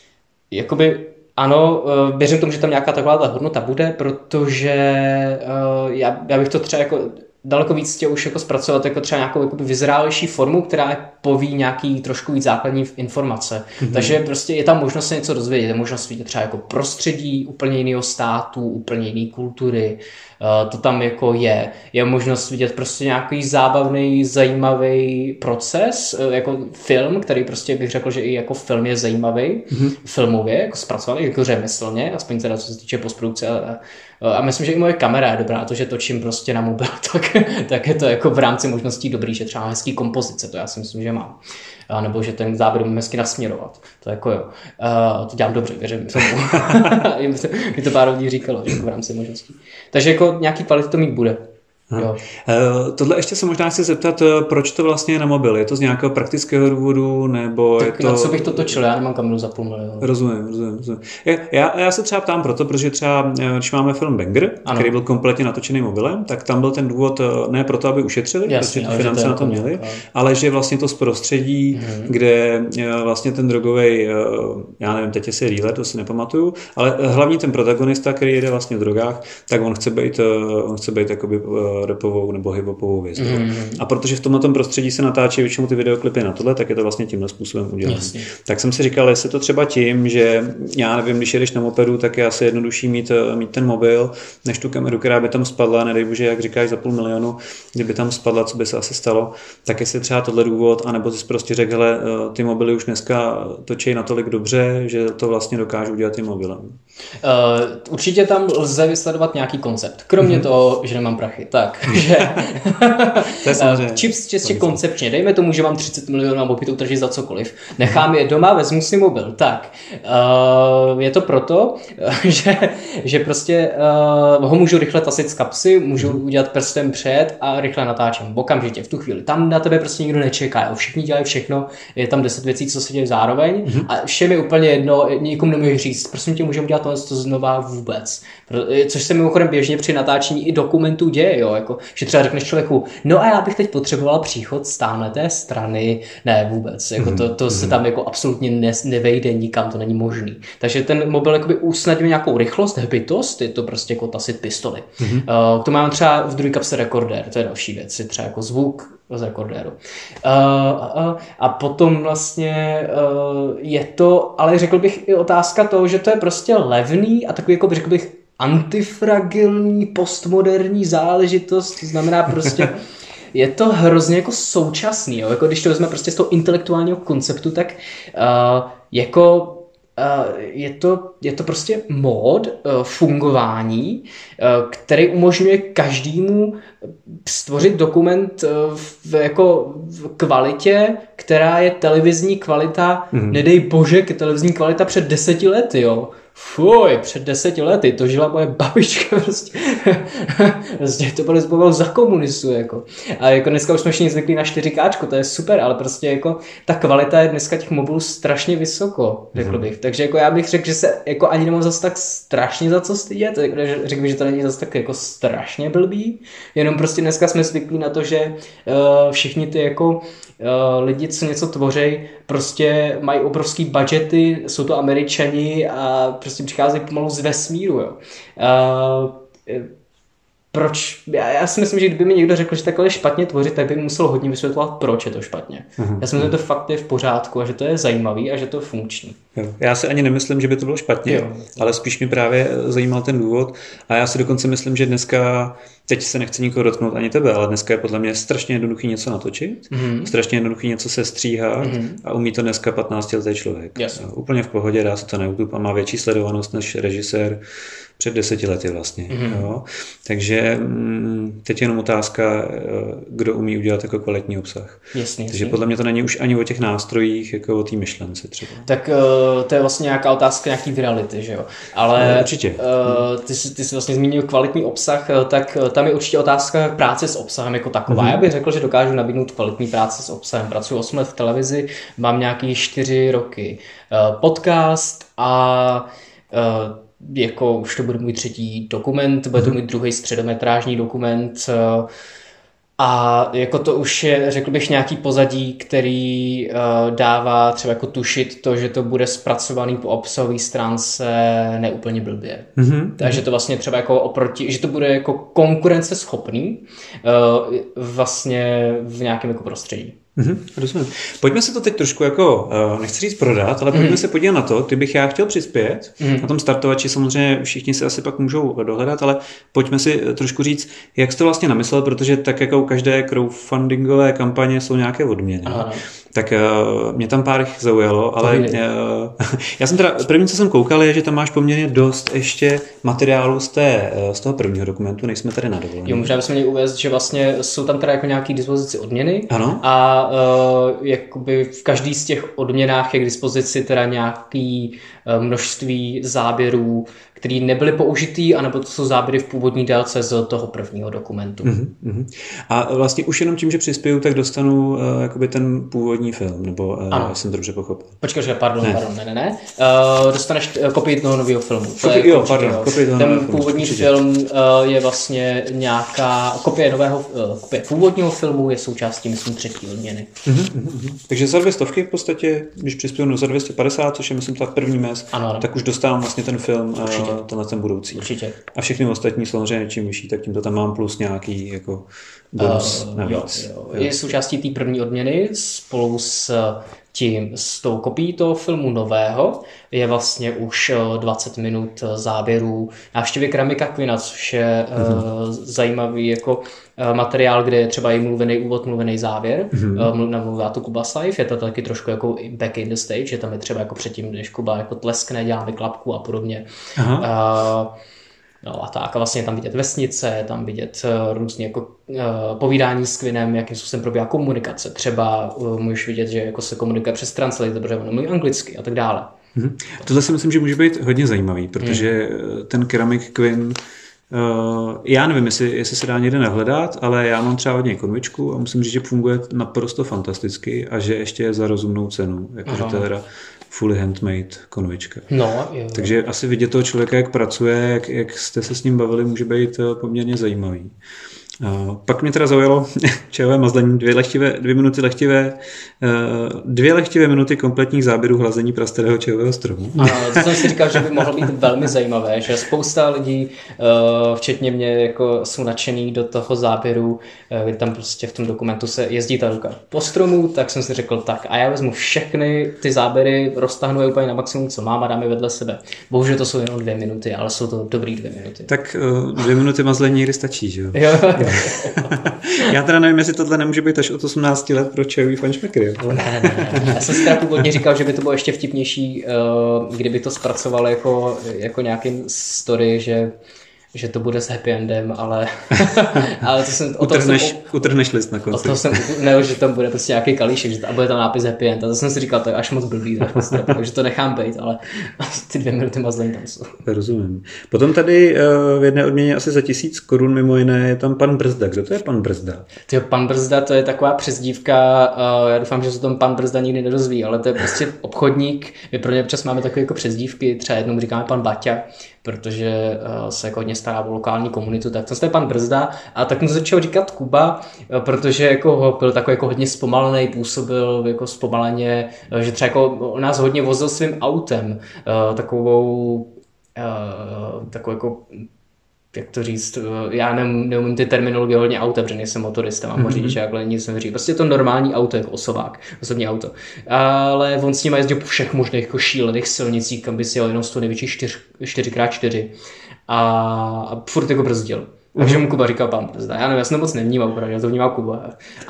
jakoby ano, uh, věřím tomu, že tam nějaká taková ta hodnota bude, protože uh, já, já bych to třeba jako daleko víc tě už jako zpracovat jako třeba nějakou jakoby vyzrálejší formu, která poví nějaký trošku víc základní informace. Mm-hmm. Takže prostě je tam možnost se něco dozvědět, je možnost vidět třeba jako prostředí úplně jiného státu, úplně jiné kultury, uh, to tam jako je. Je možnost vidět prostě nějaký zábavný, zajímavý proces, uh, jako film, který prostě bych řekl, že i jako film je zajímavý, mm-hmm. filmově, jako zpracovaný, jako řemeslně, aspoň teda co se týče postprodukce a, a myslím, že i moje kamera je dobrá, to, že točím prostě na mobil, tak, tak je to jako v rámci možností dobrý, že třeba hezký kompozice, to já si myslím, že mám. A nebo že ten záběr můžu hezky nasměrovat. To jako jo. Uh, to dělám dobře, věřím tomu. Mi to pár lidí říkalo, že jako v rámci možností. Takže jako nějaký kvality to mít bude. Jo. Uh, tohle ještě se možná chci zeptat, proč to vlastně je na mobil? Je to z nějakého praktického důvodu, nebo tak je to... na co bych to točil? Já nemám kameru za půl milionu. Rozumím, rozumím, rozumím. Já, já se třeba ptám proto, protože třeba, když máme film Banger, ano. který byl kompletně natočený mobilem, tak tam byl ten důvod ne proto, aby ušetřili, jasně, protože ty finance na to měli, nějak, ale že vlastně to z prostředí, hmm. kde vlastně ten drogovej, já nevím, teď jestli je dealer, to si nepamatuju, ale hlavní ten protagonista, který jede vlastně v drogách, tak on chce být, on chce být jakoby rapovou nebo hiphopovou věc. Mm. A protože v tomhle prostředí se natáčí většinou ty videoklipy na tohle, tak je to vlastně tímhle způsobem udělané. Tak jsem si říkal, jestli to třeba tím, že já nevím, když jedeš na mopedu, tak je asi jednodušší mít, mít ten mobil, než tu kameru, která by tam spadla, nedej bože, jak říkáš, za půl milionu, kdyby tam spadla, co by se asi stalo, tak jestli třeba tohle důvod, anebo jsi prostě řekl, hele, ty mobily už dneska točí natolik dobře, že to vlastně dokážou udělat tím mobilem. Uh, určitě tam lze vysledovat nějaký koncept. Kromě mm-hmm. toho, že nemám prachy. Tak, že chips čistě koncepčně. Dejme tomu, že mám třicet milionů a mohl to utržit za cokoliv. Nechám je doma, vezmu si mobil. Tak, uh, je to proto, že, že prostě uh, ho můžu rychle tasit z kapsy, můžu mm-hmm. udělat prstem před a rychle natáčím. Okamžitě, v tu chvíli. Tam na tebe prostě nikdo nečeká. Jo. Všichni dělají všechno, je tam deset věcí, co se děje zároveň mm-hmm. a všem je úplně jedno, nikomu nemůžu říct. Prosím tě, můžeme dělat to znova vůbec. Což se mimochodem běžně při natáčení i dokumentů děje, jo. jako, že třeba řekneš člověku, no a já bych teď potřeboval příchod z támhleté strany, ne vůbec, jako to, to se tam jako absolutně ne, nevejde nikam, to není možný. Takže ten mobil jakoby usnadňuje nějakou rychlost, hbitost, je to prostě jako tasit pistoli. Mm-hmm. Uh, to máme třeba v druhé kapse rekordér, to je další věc, je třeba jako zvuk z rekordéru. Uh, uh, a potom vlastně uh, je to, ale řekl bych i otázka toho, že to je prostě levný a takový, jako řekl bych, antifragilní, postmoderní záležitost, to znamená prostě, je to hrozně jako současný, jo? Jako když to vezme prostě z toho intelektuálního konceptu, tak uh, jako Uh, je, to, je to prostě mód uh, fungování, uh, který umožňuje každému stvořit dokument uh, v, jako v kvalitě, která je televizní kvalita, mm. nedej bože, televizní kvalita před deseti lety, jo. Fuj, před deseti lety, to žila moje babička, prostě, prostě to bylo zbavil za komunistu, jako. A jako dneska už jsme všichni zvyklí na čtyři ká, to je super, ale prostě jako ta kvalita je dneska těch mobilů strašně vysoko, řekl bych. Takže jako já bych řekl, že se jako ani nemám zase tak strašně za co stydět, řekl bych, že to není zase tak jako strašně blbý, jenom prostě dneska jsme zvyklí na to, že uh, všichni ty jako Uh, lidi, co něco tvoří, prostě mají obrovský budgety, jsou to Američani a prostě přicházejí pomalu z vesmíru. Jo. Uh, proč? Já, já si myslím, že kdyby mi někdo řekl, že takhle špatně tvořit, tak by musel hodně vysvětlovat, proč je to špatně. Uh-huh. Já si myslím, že to fakt je v pořádku a že to je zajímavý a že to je funkční. Jo. Já si ani nemyslím, že by to bylo špatně, jo. ale spíš mi právě zajímal ten důvod a já si dokonce myslím, že dneska, teď se nechci nikoho dotknout ani tebe, ale dneska je podle mě strašně jednoduchý něco natočit, mm-hmm. strašně jednoduchý něco se stříhat mm-hmm. a umí to dneska patnáctiletý člověk. Yes. Úplně v pohodě, dá se to na YouTube a má větší sledovanost než režisér před deseti lety vlastně. Mm-hmm. Jo? Takže teď je jenom otázka, kdo umí udělat jako kvalitní obsah. Jasný, Takže jasný. podle mě to není už ani o těch nástrojích, jako o té myšlence třeba. Tak uh, to je vlastně nějaká otázka nějaký virality, že jo. Ale no, určitě. Uh, ty, jsi, ty jsi vlastně zmínil kvalitní obsah, tak tam je určitě otázka práce s obsahem jako taková. Mm-hmm. Já bych řekl, že dokážu nabídnout kvalitní práci s obsahem. Pracuji osm let v televizi, mám nějaký čtyři roky uh, podcast a uh, jako už to bude můj třetí dokument, bude to můj druhý středometrážní dokument a jako to už je, řekl bych, nějaký pozadí, který uh, dává třeba jako tušit to, že to bude zpracovaný po obsahové stránce neúplně blbě. Mm-hmm. Takže to vlastně třeba jako oproti, že to bude jako konkurenceschopný uh, vlastně v nějakém jako prostředí. Mm-hmm, rozumím. Pojďme se to teď trošku jako, nechci říct prodat, ale pojďme mm-hmm. se podívat na to, ty bych já chtěl přispět. Mm-hmm. Na tom startovači samozřejmě všichni si asi pak můžou dohledat, ale pojďme si trošku říct, jak jsi to vlastně namyslel, protože tak jako u každé crowdfundingové kampaně jsou nějaké odměny. Aha. Tak uh, mě tam pár zaujalo, ale uh, já jsem teda, první, co jsem koukal, je, že tam máš poměrně dost ještě materiálu z, té, z toho prvního dokumentu, než jsme tady na dovolení. Jo, možná bychom měli uvést, že vlastně jsou tam teda jako nějaký dispozici odměny. Ano. A uh, jakoby v každý z těch odměnách je k dispozici teda nějaký uh, množství záběrů, který nebyly použitý, anebo to jsou záběry v původní délce z toho prvního dokumentu. Uh-huh. A vlastně už jenom tím, že přispěju, tak dostanu uh, jakoby ten původní film, nebo uh, jsem to dobře pochopil. Počkej, že pardon, ne. pardon, ne, ne, ne. Uh, dostaneš kopii toho nového filmu. To Kopi, je jo, pardon, kopii toho ten nového původní určitě. film uh, je vlastně nějaká kopie nového, uh, kopie původního filmu je součástí, myslím, třetí odměny. Uh-huh, uh-huh. Takže za dvě stovky v podstatě, když přispěju za dvě stě padesát, což je myslím ta první mez, ano, ano. tak už dostávám vlastně ten film uh, tenhle ten budoucí. Určitě. A všechny ostatní samozřejmě čím vyšší, tak tím to tam mám plus nějaký jako bonus uh, navíc. Jo, jo. Je součástí té první odměny spolu s tím, s tou kopií toho filmu nového je vlastně už dvacet minut záběrů návštěvy Keramika Quina, což je mm-hmm. uh, zajímavý jako uh, materiál, kde je třeba i mluvený úvod, mluvený závěr. Mm-hmm. Uh, mluvá to Kuba Saif, je to taky trošku jako back in the stage, že tam je třeba jako předtím, než Kuba jako tleskne, děláme klapku a podobně. Aha. Uh, No a tak, a vlastně tam vidět vesnice, tam vidět uh, různě jako uh, povídání s Quinem, jakým způsobem probíhá komunikace. Třeba uh, můžeš vidět, že jako se komunikuje přes translator, protože on mluví anglicky a tak dále. Hmm. Tohle si myslím, že může být hodně zajímavý, protože hmm. ten Keramik Quin, uh, já nevím, jestli, jestli se dá někde nahledat, ale já mám třeba hodně konvičku a musím říct, že funguje naprosto fantasticky a že ještě je za rozumnou cenu, jakože to je teda fully handmade konvička. No, jo. Takže asi vidět toho člověka, jak pracuje, jak, jak jste se s ním bavili, může být poměrně zajímavý. Uh, pak mě teda zaujalo čajové mazlení, dvě, lehtivé, dvě minuty lehtivé, uh, dvě lehtivé minuty kompletních záběrů hlazení prastarého čajového stromu. Ano, to jsem si říkal, že by mohlo být velmi zajímavé, že spousta lidí, uh, včetně mě, jako jsou nadšený do toho záběru, uh, kdy tam prostě v tom dokumentu se jezdí ta ruka po stromu, tak jsem si řekl tak a já vezmu všechny ty záběry, roztáhnu je úplně na maximum, co mám a dám je vedle sebe. Bohužel to jsou jenom dvě minuty, ale jsou to dobrý dvě minuty. Tak uh, dvě minuty mazlení někdy stačí, že jo? Jo. Já teda nevím, jestli tohle nemůže být až od osmnácti let pro čajový fanšmekry. Ne, ne, ne. Já jsem si teda původně říkal, že by to bylo ještě vtipnější, uh, kdyby to zpracoval jako, jako nějaký story, že že to bude s happy endem, ale, ale to jsem... Utrhneš, jsem, utrhneš list na konci. O toho jsem, ne, že tam bude prostě nějaký kalíšek že, a bude tam nápis happy end. A to jsem si říkal, to je až moc blbý, takže to nechám být, ale ty dvě minuty mazlení tam jsou. Rozumím. Potom tady v jedné odměně asi za tisíc korun mimo jiné je tam pan Brzda. Kdo to je pan Brzda? Tyjo, pan Brzda to je taková přezdívka, já doufám, že se tom pan Brzda nikdy nedozví, ale to je prostě obchodník. My pro ně občas máme takové jako přezdívky, třeba jednou říkáme pan Baťa, protože se jako hodně stará o lokální komunitu, tak to je pan Brzda a tak mu začal říkat Kuba, protože jako byl takový jako hodně zpomalený, působil jako zpomaleně, že třeba jako nás hodně vozil svým autem, takovou takovou jako jak to říct, já neum, neumím ty terminologie hodně auta, protože nejsem motorista, mám mm-hmm. řidič, ale nic jsem říct. Prostě je to normální auto, jako osobák, osobní auto. Ale on s ním jezdil po všech možných jako šílených silnicích, kam by si jel jenom z toho největší čtyři krát čtyři a, a furt jako brzdil. Takže mu Kuba říkal pan Brzda. Já nevím, já jsem moc nevnímal, protože já to vnímal Kuba.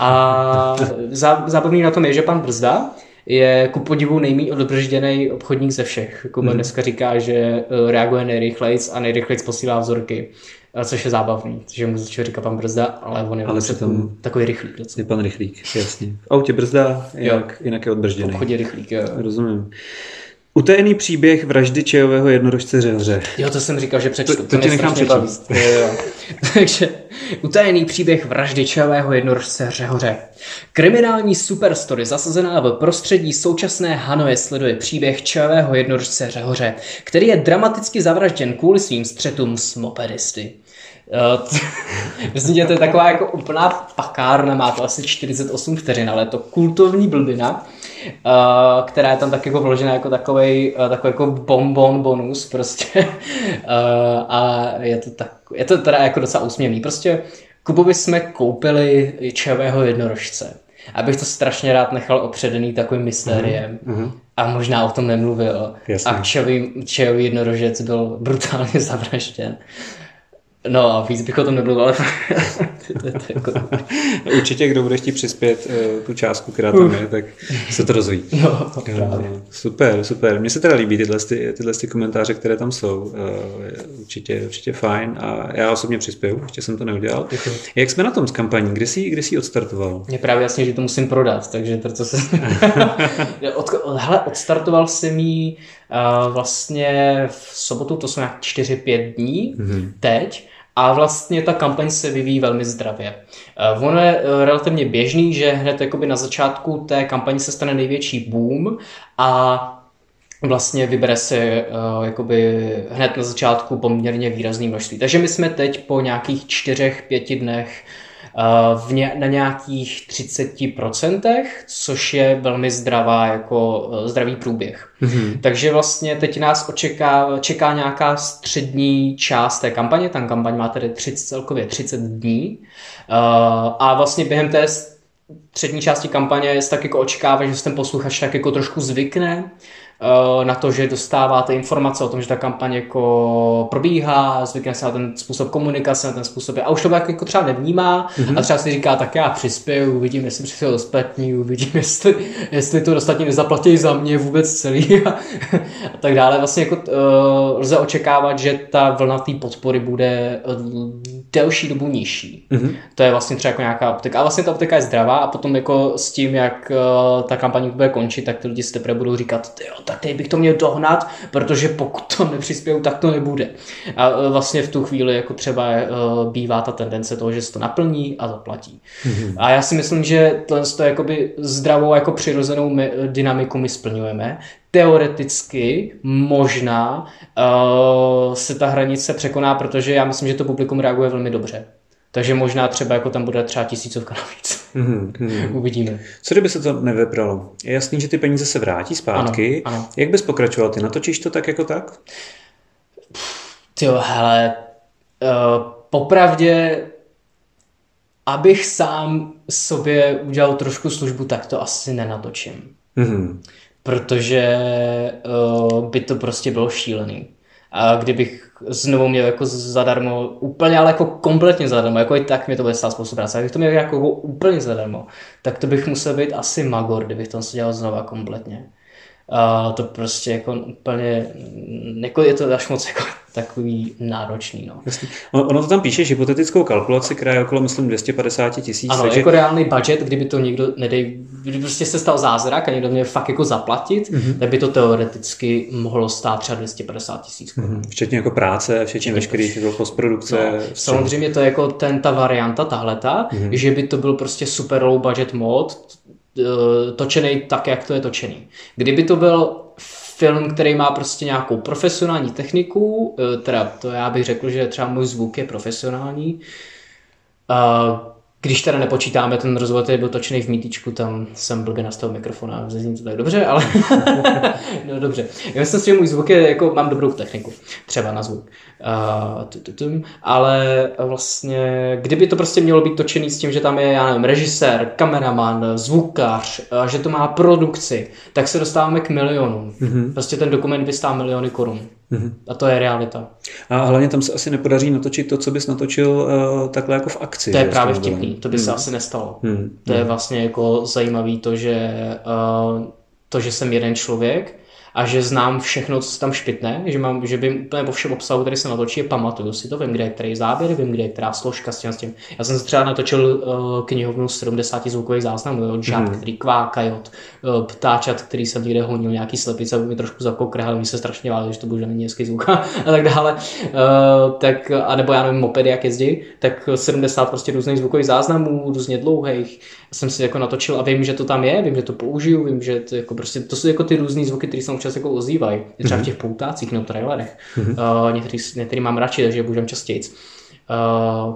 A zá, zábavný na tom je, že pan Brzda je ku podivu nejméně odbržděný obchodník ze všech. Kuba mm. dneska říká, že reaguje nejrychlejc a nejrychlejc posílá vzorky, což je zábavný. Takže mu začal říkat pan Brzda, ale on je ale tam takový rychlík. Docela. Je pan rychlík, jasně. V autě Brzda, jinak, jinak je odbržděný. V obchodě rychlík, jo. Rozumím. Utajený příběh vraždy čajového jednorožce Řehoře. Jo, to jsem říkal, že přečtu. To, to, to ti nechám přečíst. Takže utajený příběh vraždy čajového jednorožce Řehoře. Kriminální superstory zasazená v prostředí současné Hanoje sleduje příběh čajového jednorožce Řehoře, který je dramaticky zavražděn kvůli svým střetům s mopedisty. Uh, myslím, že to je taková jako úplná pakárna, má to asi čtyřicet osm vteřin, ale je to kultovní blbina, uh, která je tam tak jako vložená jako takovej, uh, takový jako bonbon bonus prostě. uh, a je to, tak, je to teda jako docela úsměvný. Prostě Kubovi jsme koupili čajového jednorožce. Abych to strašně rád nechal opředený takovým mystériem. Uh-huh. A možná o tom nemluvil. Jasně. A čajový, čajový jednorožec byl brutálně zavražděn. No a víc bych o tom nebyl, ale jako... Určitě, kdo bude chtít přispět uh, tu částku, která tam je, tak se to dozví. No, uh, super, super. Mně se teda líbí tyhle, ty, tyhle ty komentáře, které tam jsou. Uh, určitě, určitě fajn a já osobně přispěju, ještě jsem to neudělal. Děkuji. Jak jsme na tom s kampaní? Kde jsi, kde jsi odstartoval? Je právě jasně, že to musím prodat, takže proto se... Od, hele, odstartoval jsem jí uh, vlastně v sobotu, to jsou nějak čtyři pět dní, mm-hmm. teď. A vlastně ta kampaň se vyvíjí velmi zdravě. Uh, ono je uh, relativně běžný, že hned jakoby na začátku té kampaně se stane největší boom a vlastně vybere se uh, jakoby hned na začátku poměrně výrazný množství. Takže my jsme teď po nějakých čtyřech, pěti dnech v ně, na nějakých třicet procent, což je velmi zdravá, jako zdravý průběh. Mm-hmm. Takže vlastně teď nás očeká, čeká nějaká střední část té kampaně, ta kampaň má tedy třicet, celkově třicet dní a vlastně během té střední části kampaně se tak jako očekává, že se ten posluchač tak jako trošku zvykne na to, že dostáváte informace o tom, že ta kampaň jako probíhá, zvykne se na ten způsob komunikace, na ten způsob, a už to tak jako třeba nevnímá mm-hmm. a třeba si říká, tak já přispěju, uvidím, jestli přispěju ostatní, uvidím, jestli, jestli to ostatní nezaplatí za mě vůbec celý a, a tak dále. Vlastně jako uh, lze očekávat, že ta vlna té podpory bude uh, delší dobu nižší. Mm-hmm. To je vlastně třeba jako nějaká optika. A vlastně ta optika je zdravá a potom jako s tím, jak uh, ta kampaň bude končit, tak ty lidi si teprve budou říkat, tyjo, tak teď bych to měl dohnat, protože pokud to nepřispěju, tak to nebude. A vlastně v tu chvíli jako třeba uh, bývá ta tendence toho, že se to naplní a zaplatí. Mm-hmm. A já si myslím, že tohle to jakoby zdravou jako přirozenou my, dynamiku my splňujeme. Teoreticky možná uh, se ta hranice překoná, protože já myslím, že to publikum reaguje velmi dobře. Takže možná třeba jako tam bude třeba tisícovka navíc. Mm-hmm. Uvidíme. Co kdyby se to nevypralo? Je jasný, že ty peníze se vrátí zpátky. Ano, ano. Jak bys pokračoval? Ty natočíš to tak jako tak? Tyjo, hele, uh, popravdě, abych sám sobě udělal trošku službu, tak to asi nenatočím. Mm-hmm. Protože uh, by to prostě bylo šílený. A kdybych znovu měl jako zadarmo, úplně, ale jako kompletně zadarmo, jako i tak mě to bude stát spoustu práce, a kdybych to měl jako úplně zadarmo, tak to bych musel být asi magor, kdybych to dělal znova kompletně. A to prostě jako úplně, jako je to až moc jako takový náročný. No. Jasně. Ono to tam píše, že hypotetickou kalkulaci, která je okolo, myslím, dvě stě padesát tisíc. Ano, takže... jako reálný budget, kdyby to někdo, nedej, kdyby prostě se stal zázrak a někdo měl fakt jako zaplatit, mm-hmm. tak by to teoreticky mohlo stát třeba dvě stě padesát tisíc. Mm-hmm. Včetně jako práce, včetně veškerých jako postprodukce. No, samozřejmě to je jako ten, ta varianta, tahleta, mm-hmm. že by to byl prostě super low budget mod, točený tak, jak to je točený. Kdyby to byl film, který má prostě nějakou profesionální techniku, teda to já bych řekl, že třeba můj zvuk je profesionální, když teda nepočítáme ten rozhovor, který byl točený v mítičku, tam jsem blbě nastavil mikrofon a zazní to tak dobře, ale no dobře. Já myslím si, že můj zvuk je, jako mám dobrou techniku, třeba na zvuk. Uh, ale vlastně, kdyby to prostě mělo být točený s tím, že tam je, já nevím, režisér, kameraman, zvukař, že to má produkci, tak se dostáváme k milionům. Mm-hmm. Prostě ten dokument by stál miliony korun. Mm-hmm. A to je realita. A hlavně tam se asi nepodaří natočit to, co bys natočil uh, takhle jako v akci. To je právě vtipný, to by mm. se asi nestalo. Mm. To je vlastně jako zajímavý to, že, uh, to, že jsem jeden člověk a že znám všechno, co se tam špitne, že, mám, že by úplně po všem obsahu, který se natočí, pamatuju si to, vím, kde je který záběr, vím, kde je která složka s tím, s tím. Já jsem se třeba natočil uh, knihovnu sedmdesát zvukových záznamů, jo, žáb, mm. který kvákají, uh, ptáčat, který jsem někde honil, nějaký slepice, mi trošku zakokrhal, mi se strašně válí, že to bude není hezký zvuk a tak dále. Uh, tak, a nebo já nevím, mopedy, jak jezdí, tak sedmdesát prostě různých zvukových záznamů, různě dlouhých. Jsem si jako natočil a vím, že to tam je, vím, že to použiju, vím, že to, jako prostě, to jsou jako ty různý zvuky, které se občas jako ozývají. Třeba v těch poutácích nebo trailerech. Mm-hmm. Uh, některý, některý mám radši, takže je používám častěji. Uh,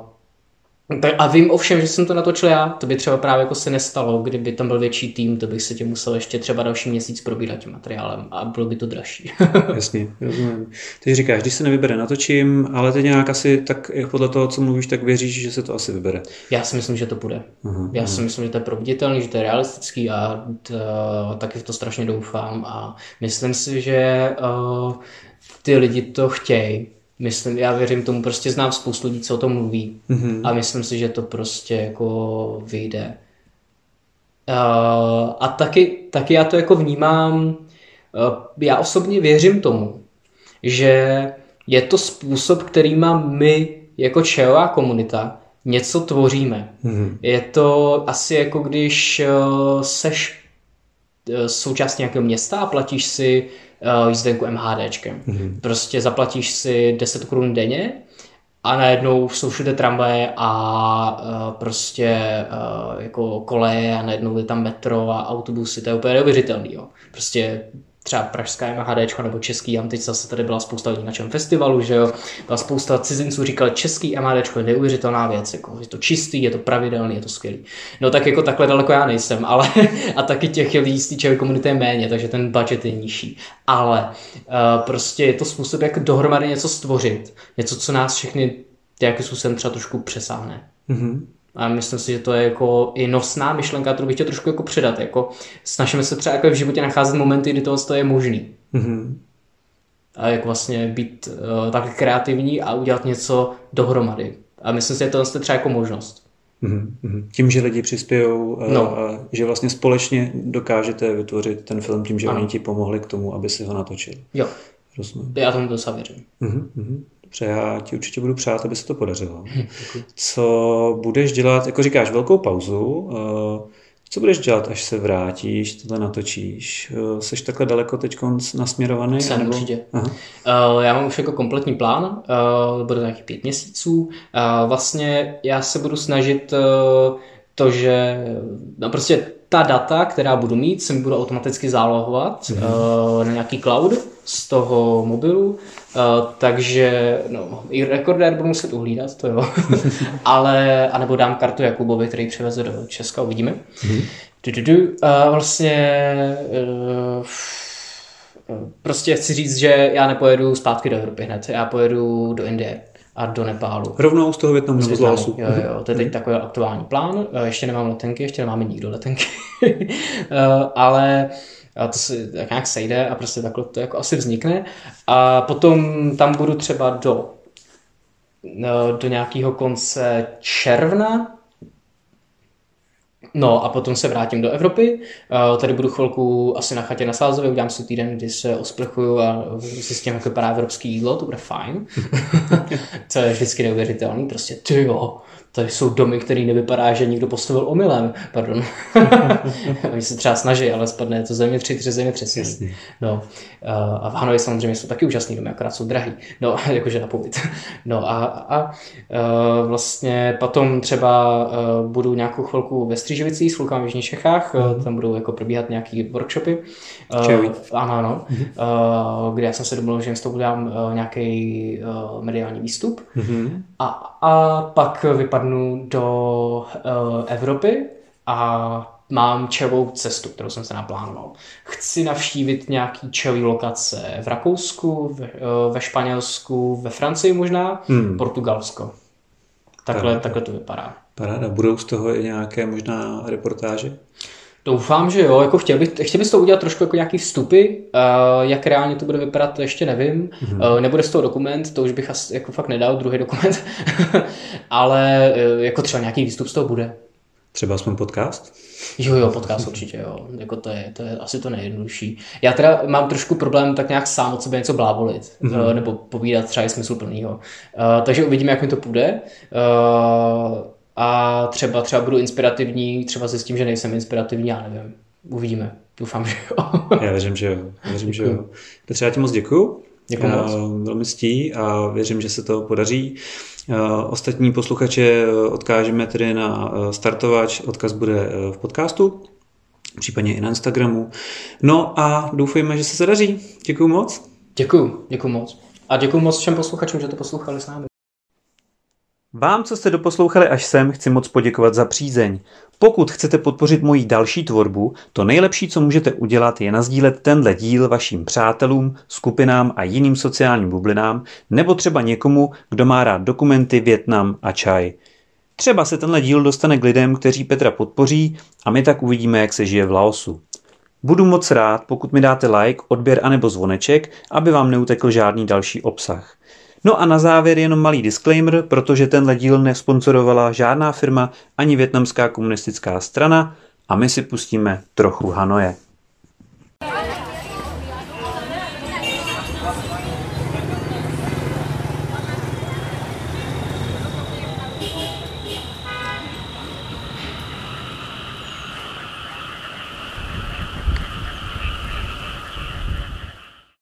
a vím ovšem, že jsem to natočil já, to by třeba právě jako se nestalo, kdyby tam byl větší tým, to bych se tě musel ještě třeba další měsíc probírat tím materiálem a bylo by to dražší. Jasně, rozumím. Ty říkáš, když se nevybere, natočím, ale ty nějak asi tak podle toho, co mluvíš, tak věříš, že se to asi vybere. Já si myslím, že to bude. Aha, já aha. si myslím, že to je proveditelný, že to je realistický a t, taky v to strašně doufám a myslím si, že uh, ty lidi to chtějí. Myslím, já věřím tomu, prostě znám spoustu lidí, co o tom mluví mm-hmm. a myslím si, že to prostě jako vyjde. Uh, a taky, taky já to jako vnímám, uh, já osobně věřím tomu, že je to způsob, kterýma my jako čehová komunita něco tvoříme. Mm-hmm. Je to asi jako když uh, seš uh, součást nějakého města a platíš si uh, jízdenku MHDčkem. Mm-hmm. Prostě zaplatíš si deset korun denně a najednou jsou všude tramvaje a uh, prostě uh, jako koleje a najednou je tam metro a autobusy, to je úplně neuvěřitelný. Jo. Prostě třeba pražská MHDčko nebo český, já teď zase tady byla spousta lidí na čem festivalu, že jo, byla spousta cizinců říkali, český MHDčko je neuvěřitelná věc, jako, je to čistý, je to pravidelný, je to skvělý. No tak jako takhle daleko já nejsem, ale a taky těch lidí z té čehové komunity je méně, takže ten budget je nižší. Ale uh, prostě je to způsob, jak dohromady něco stvořit, něco, co nás všechny nějakým způsobem třeba trošku přesáhne. Mm-hmm. A myslím si, že to je jako i nosná myšlenka, kterou bych chtěl trošku jako předat. Jako snažíme se třeba jako v životě nacházet momenty, kdy tohle je možný. Mm-hmm. A jak vlastně být uh, tak kreativní a udělat něco dohromady. A myslím si, že to je třeba jako možnost. Mm-hmm. Tím, že lidi přispějou, no. a že vlastně společně dokážete vytvořit ten film tím, že ano. oni ti pomohli k tomu, aby si ho natočil. Jo. Rozumím. Já tomu to sám věřím. Mm-hmm. Dobře, já ti určitě budu přát, aby se to podařilo. Co budeš dělat, jako říkáš, velkou pauzu, co budeš dělat, až se vrátíš, tohle natočíš? Seš takhle daleko teď nasměrovaný? Jsem nebo... určitě. Aha. Já mám už jako kompletní plán, bude to nějakých pět měsíců. Vlastně já se budu snažit to, že no prostě ta data, která budu mít, se mi budu automaticky zálohovat mm-hmm. na nějaký cloud z toho mobilu, uh, takže no, i rekordér budu muset uhlídat, to jo, ale, anebo dám kartu Jakubovi, který přiveze do Česka, uvidíme. Mm-hmm. Du, du, du. Uh, vlastně uh, prostě chci říct, že já nepojedu zpátky do Evropy hned, já pojedu do Indie a do Nepálu. Rovnou z toho Vietnamu nebo z Laosu. Jo, jo, to je teď takový aktuální plán, ještě nemám letenky, ještě nemáme nikdo letenky, ale to se tak nějak sejde a prostě takhle to jako asi vznikne a potom tam budu třeba do, do nějakého konce června. No a potom se vrátím do Evropy, tady budu chvilku asi na chatě na Sázově, udělám si týden, kdy se osprchuju a si s tím jako vypadá evropský jídlo, to bude fajn. To je vždycky neuvěřitelný, prostě ty jo, tady jsou domy, které nevypadá, že někdo postavil omylem, pardon. Oni se třeba snaží, ale spadne to země tři, tři země přesně. No. A v Hanoji samozřejmě jsou taky úžasný domy, akorát jsou drahý, no, jakože na pobyt. No a, a vlastně potom třeba budu nějakou chvilku ve Střížovicích s chvilkami v Jižních Čechách, mm. tam budou jako probíhat nějaký workshopy. Čeví. Ano, ano. Mm. Kde já jsem se domluvil, že jim z toho dám nějaký mediální výstup. Mm. A, a pak vypadnu do Evropy a mám čelovou cestu, kterou jsem se naplánoval. Chci navštívit nějaký čelý lokace v Rakousku, ve, ve Španělsku, ve Francii možná, hmm. Portugalsko. Takhle, takhle to vypadá. Paráda. Budou z toho i nějaké možná reportáže? Doufám, že jo. Jako chtěl, bych, chtěl bych z toho udělat trošku jako nějaký vstupy. Uh, jak reálně to bude vypadat, to ještě nevím. Mm-hmm. Uh, nebude z toho dokument, to už bych asi jako fakt nedal, druhý dokument. Ale uh, jako třeba nějaký výstup z toho bude. Třeba aspoň podcast? Jo, jo, podcast určitě, jo. Jako to je, to je asi to nejjednodušší. Já teda mám trošku problém tak nějak sám od sebe něco blábolit, mm-hmm. nebo povídat třeba i smysluplnýho. Uh, takže uvidíme, jak mi to půjde. Uh, a třeba třeba budu inspirativní, třeba zjistím, že nejsem inspirativní, já nevím. Uvidíme. Doufám, že jo. Já věřím, že jo. Věřím, že jo. Petře, já ti moc děkuju. Děkuji moc. Velmi ctí a věřím, že se to podaří. Ostatní posluchače odkážeme tedy na startovač, odkaz bude v podcastu, případně i na Instagramu. No a doufejme, že se se daří. Děkuju moc. Děkuju, děkuju moc. A děkuju moc všem posluchačům, že to poslouchali s námi. Vám, co jste doposlouchali až sem, chci moc poděkovat za přízeň. Pokud chcete podpořit moji další tvorbu, to nejlepší, co můžete udělat, je nasdílet tenhle díl vašim přátelům, skupinám a jiným sociálním bublinám, nebo třeba někomu, kdo má rád dokumenty, Vietnam a čaj. Třeba se tenhle díl dostane k lidem, kteří Petra podpoří a my tak uvidíme, jak se žije v Laosu. Budu moc rád, pokud mi dáte like, odběr anebo zvoneček, aby vám neutekl žádný další obsah. No a na závěr jenom malý disclaimer, protože tenhle díl nesponsorovala žádná firma ani vietnamská komunistická strana a my si pustíme trochu Hanoje.